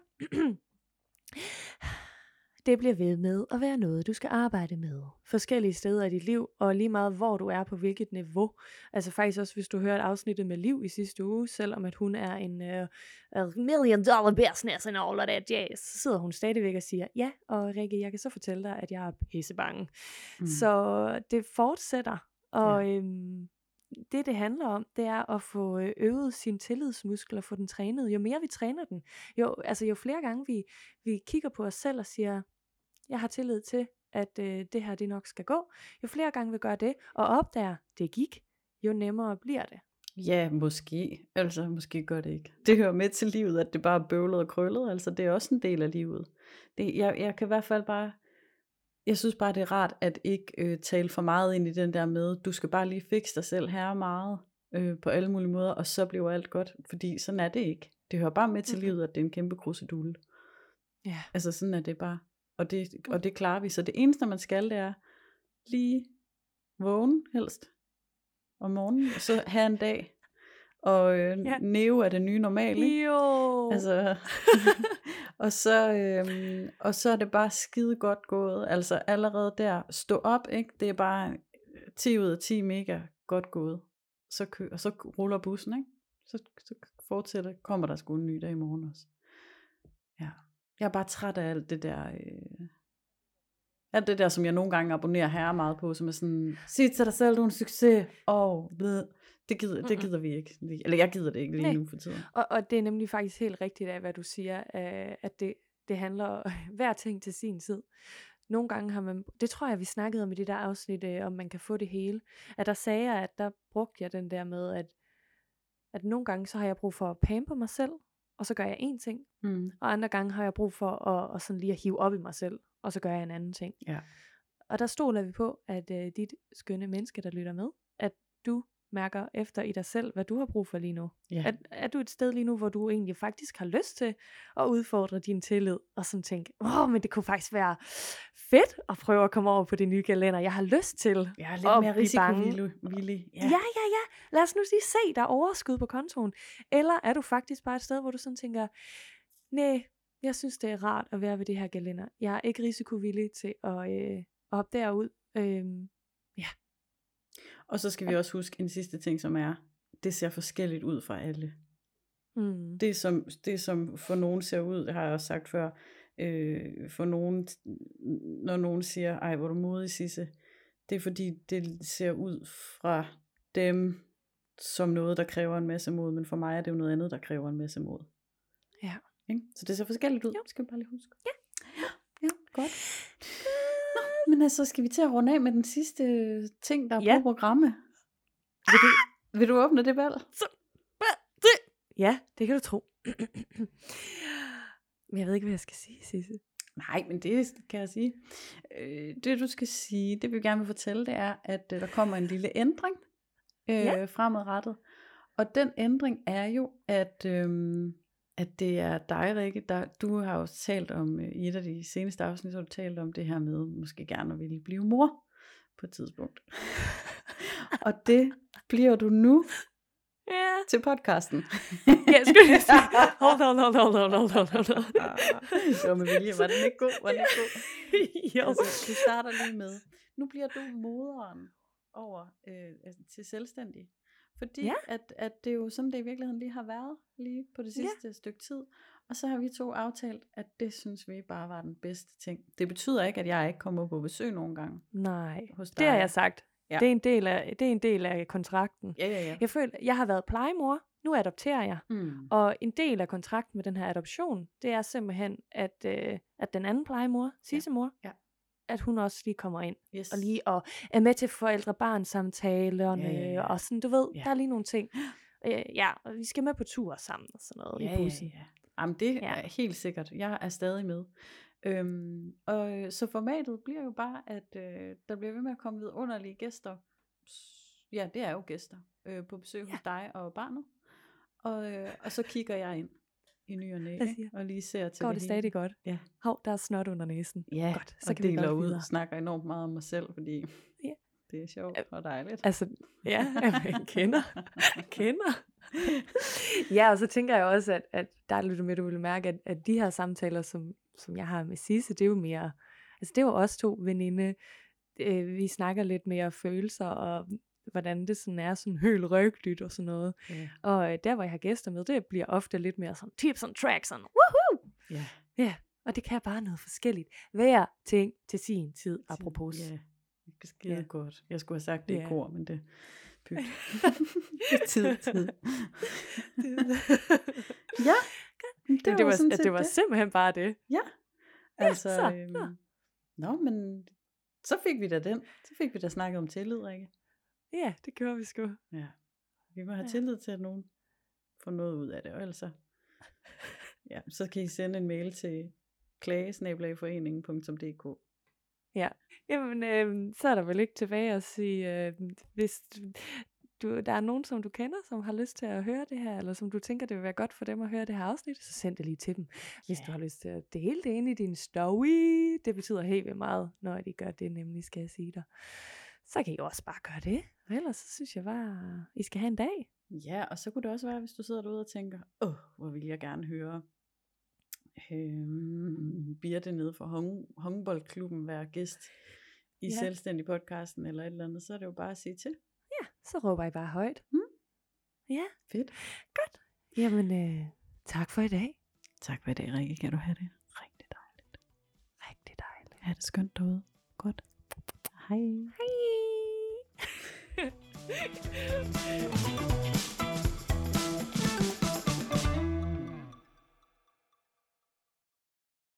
det bliver ved med at være noget, du skal arbejde med. Forskellige steder i dit liv, og lige meget hvor du er på hvilket niveau. Altså faktisk også, hvis du hørte afsnittet med Liv i sidste uge, selvom at hun er en $1 million business and all of that jazz, så sidder hun stadigvæk og siger, ja, og Rikke, jeg kan så fortælle dig, at jeg er pissebange. Så det fortsætter, og det handler om, det er at få øvet sine tillidsmuskler, få den trænet. Jo mere vi træner den, jo flere gange vi kigger på os selv og siger, jeg har tillid til, at det her det nok skal gå. Jo flere gange vi gør det, og opdager, det gik, jo nemmere bliver det. Ja, måske. Altså, måske gør det ikke. Det hører med til livet, at det bare er bøvlet og krøllet. Altså, det er også en del af livet. Jeg kan i hvert fald bare... Jeg synes bare, det er rart at ikke tale for meget ind i den der med, du skal bare lige fikse dig selv her meget på alle mulige måder, og så bliver alt godt, fordi sådan er det ikke. Det hører bare med til livet, at det er en kæmpe krusedule. Ja. Altså sådan er det bare, og det klarer vi. Så det eneste man skal, det er lige vågne helst om morgenen, og så have en dag, og neo er det nye normal, ikke? Jo. Altså... og så er det bare skide godt gået. Altså allerede der, stå op, ikke? Det er bare 10 ud af 10 mega godt gået. Så ruller bussen, ikke? Så fortsætter, kommer der sgu en ny dag i morgen også. Ja. Jeg er bare træt af alt det der, alt det der, som jeg nogle gange abonnerer her meget på, som er sådan, sig til dig selv, du er en succes, det gider vi ikke. Eller jeg gider det ikke lige nu for tiden. Og det er nemlig faktisk helt rigtigt af, hvad du siger, at det handler hver ting til sin tid. Nogle gange har man, det tror jeg, vi snakkede om i det der afsnit, om man kan få det hele. At der sagde jeg, at der brugte jeg den der med, at nogle gange så har jeg brug for at pampe mig selv, og så gør jeg en ting. Og andre gange har jeg brug for at sådan lige at hive op i mig selv, og så gør jeg en anden ting. Ja. Og der stoler vi på, at dit skønne menneske, der lytter med, at du mærker efter i dig selv, hvad du har brug for lige nu. Ja. Er du et sted lige nu, hvor du egentlig faktisk har lyst til at udfordre din tillid, og sådan tænke, men det kunne faktisk være fedt at prøve at komme over på det nye kalender. Jeg har lyst til lidt mere risikovillig. Ja. Lad os nu lige se, der er overskud på kontoen. Eller er du faktisk bare et sted, hvor du sådan tænker, nej, jeg synes det er rart at være ved det her kalender. Jeg er ikke risikovillig til at hoppe derud. Ja. Og så skal vi også huske en sidste ting, som er, det ser forskelligt ud for alle. Det som for nogen ser ud, det har jeg også sagt før, for nogen, når nogen siger, ej hvor er du modig, Sisse, det er fordi det ser ud fra dem som noget, der kræver en masse mod, men for mig er det jo noget andet, der kræver en masse mod. Ja. Så det ser forskelligt ud, jo. Det skal vi bare lige huske. Ja, godt. Men altså, skal vi til at runde af med den sidste ting, der er på programmet? Vil du åbne det valg? Ja, det kan du tro. Men jeg ved ikke, hvad jeg skal sige, Sisse. Nej, men det kan jeg sige. Det du skal sige, det vi gerne vil fortælle, det er, at der kommer en lille ændring fremadrettet. Og den ændring er jo, at det er dig, Rikke, du har jo talt om, i et af de seneste afsnit, har du talt om det her med, måske gerne at ville blive mor på et tidspunkt. Og det bliver du nu til podcasten. Ja, skulle jeg sige. Hold. Det var med vilje, var den ikke god? Jo. Altså, vi starter lige med, nu bliver du moderen over til selvstændig. Fordi at det er jo sådan, det i virkeligheden lige har været lige på det sidste stykke tid. Og så har vi 2 aftalt, at det synes vi bare var den bedste ting. Det betyder ikke, at jeg ikke kommer på besøg nogle gange. Nej, hos dig. det har jeg sagt. Ja. Det er en del af kontrakten. Ja. Jeg føler, jeg har været plejemor, nu adopterer jeg. Og en del af kontrakten med den her adoption, det er simpelthen, at den anden plejemor, Sisemor, at hun også lige kommer ind. Yes. Og lige og er med til forældre-barn-samtalerne, og sådan, du ved, der er lige nogle ting. Og vi skal med på tur sammen og sådan noget i bussen. Ja. Jamen det er helt sikkert. Jeg er stadig med. Og så formatet bliver jo bare, at der bliver ved med at komme vidunderlige gæster. Ja, det er jo gæster på besøg hos dig og barnet. Og så kigger jeg ind i ny og næ, og lige ser til går det stadig godt? Ja. Hov, der er snot under næsen. Ja, godt, så og kan vi deler gå ud videre. og snakker enormt meget om mig selv, fordi det er sjovt og dejligt. Altså, jeg kender. Ja, og så tænker jeg også, at der er lidt med, du vil mærke, at de her samtaler, som jeg har med Sisse, det er jo mere, altså det er jo os 2 veninde, vi snakker lidt mere følelser, og hvordan det sådan er, sådan helt rygtigt og sådan noget. Og der, hvor jeg har gæster med, det bliver ofte lidt mere sådan tips and tracks, sådan woohoo! Ja, og det kan bare noget forskelligt. Hver ting til sin tid, apropos. Ja, skide godt. Jeg skulle have sagt det i kor, men det pyt. tid. Ja, det var simpelthen bare det. Ja, altså, men så fik vi da den. Så fik vi da snakket om tillid, Rikke. Ja, det gjorde vi sgu. Ja, vi må have tillid til, at nogen får noget ud af det, og ellers så kan I sende en mail til klagesnabelagforeningen.dk. Ja, jamen så er der vel ikke tilbage at sige, hvis der er nogen, som du kender, som har lyst til at høre det her, eller som du tænker, det vil være godt for dem at høre det her afsnit, så send det lige til dem. Hvis du har lyst til at dele det ind i din story, det betyder helt vildt meget, når de gør det, nemlig skal jeg sige dig. Så kan I også bare gøre det. Og ellers så synes jeg bare, I skal have en dag. Ja, og så kunne det også være, hvis du sidder derude og tænker, hvor vil jeg gerne høre Birte nede fra håndboldklubben være gæst i selvstændig podcasten eller et eller andet, så er det jo bare at sige til. Ja, så råber I bare højt. Ja. Fedt. Godt. Jamen, tak for i dag. Tak for i dag, Rikke. Kan du have det rigtig dejligt. Rigtig dejligt. Ha' det skønt derude. Godt. Hej. Hej.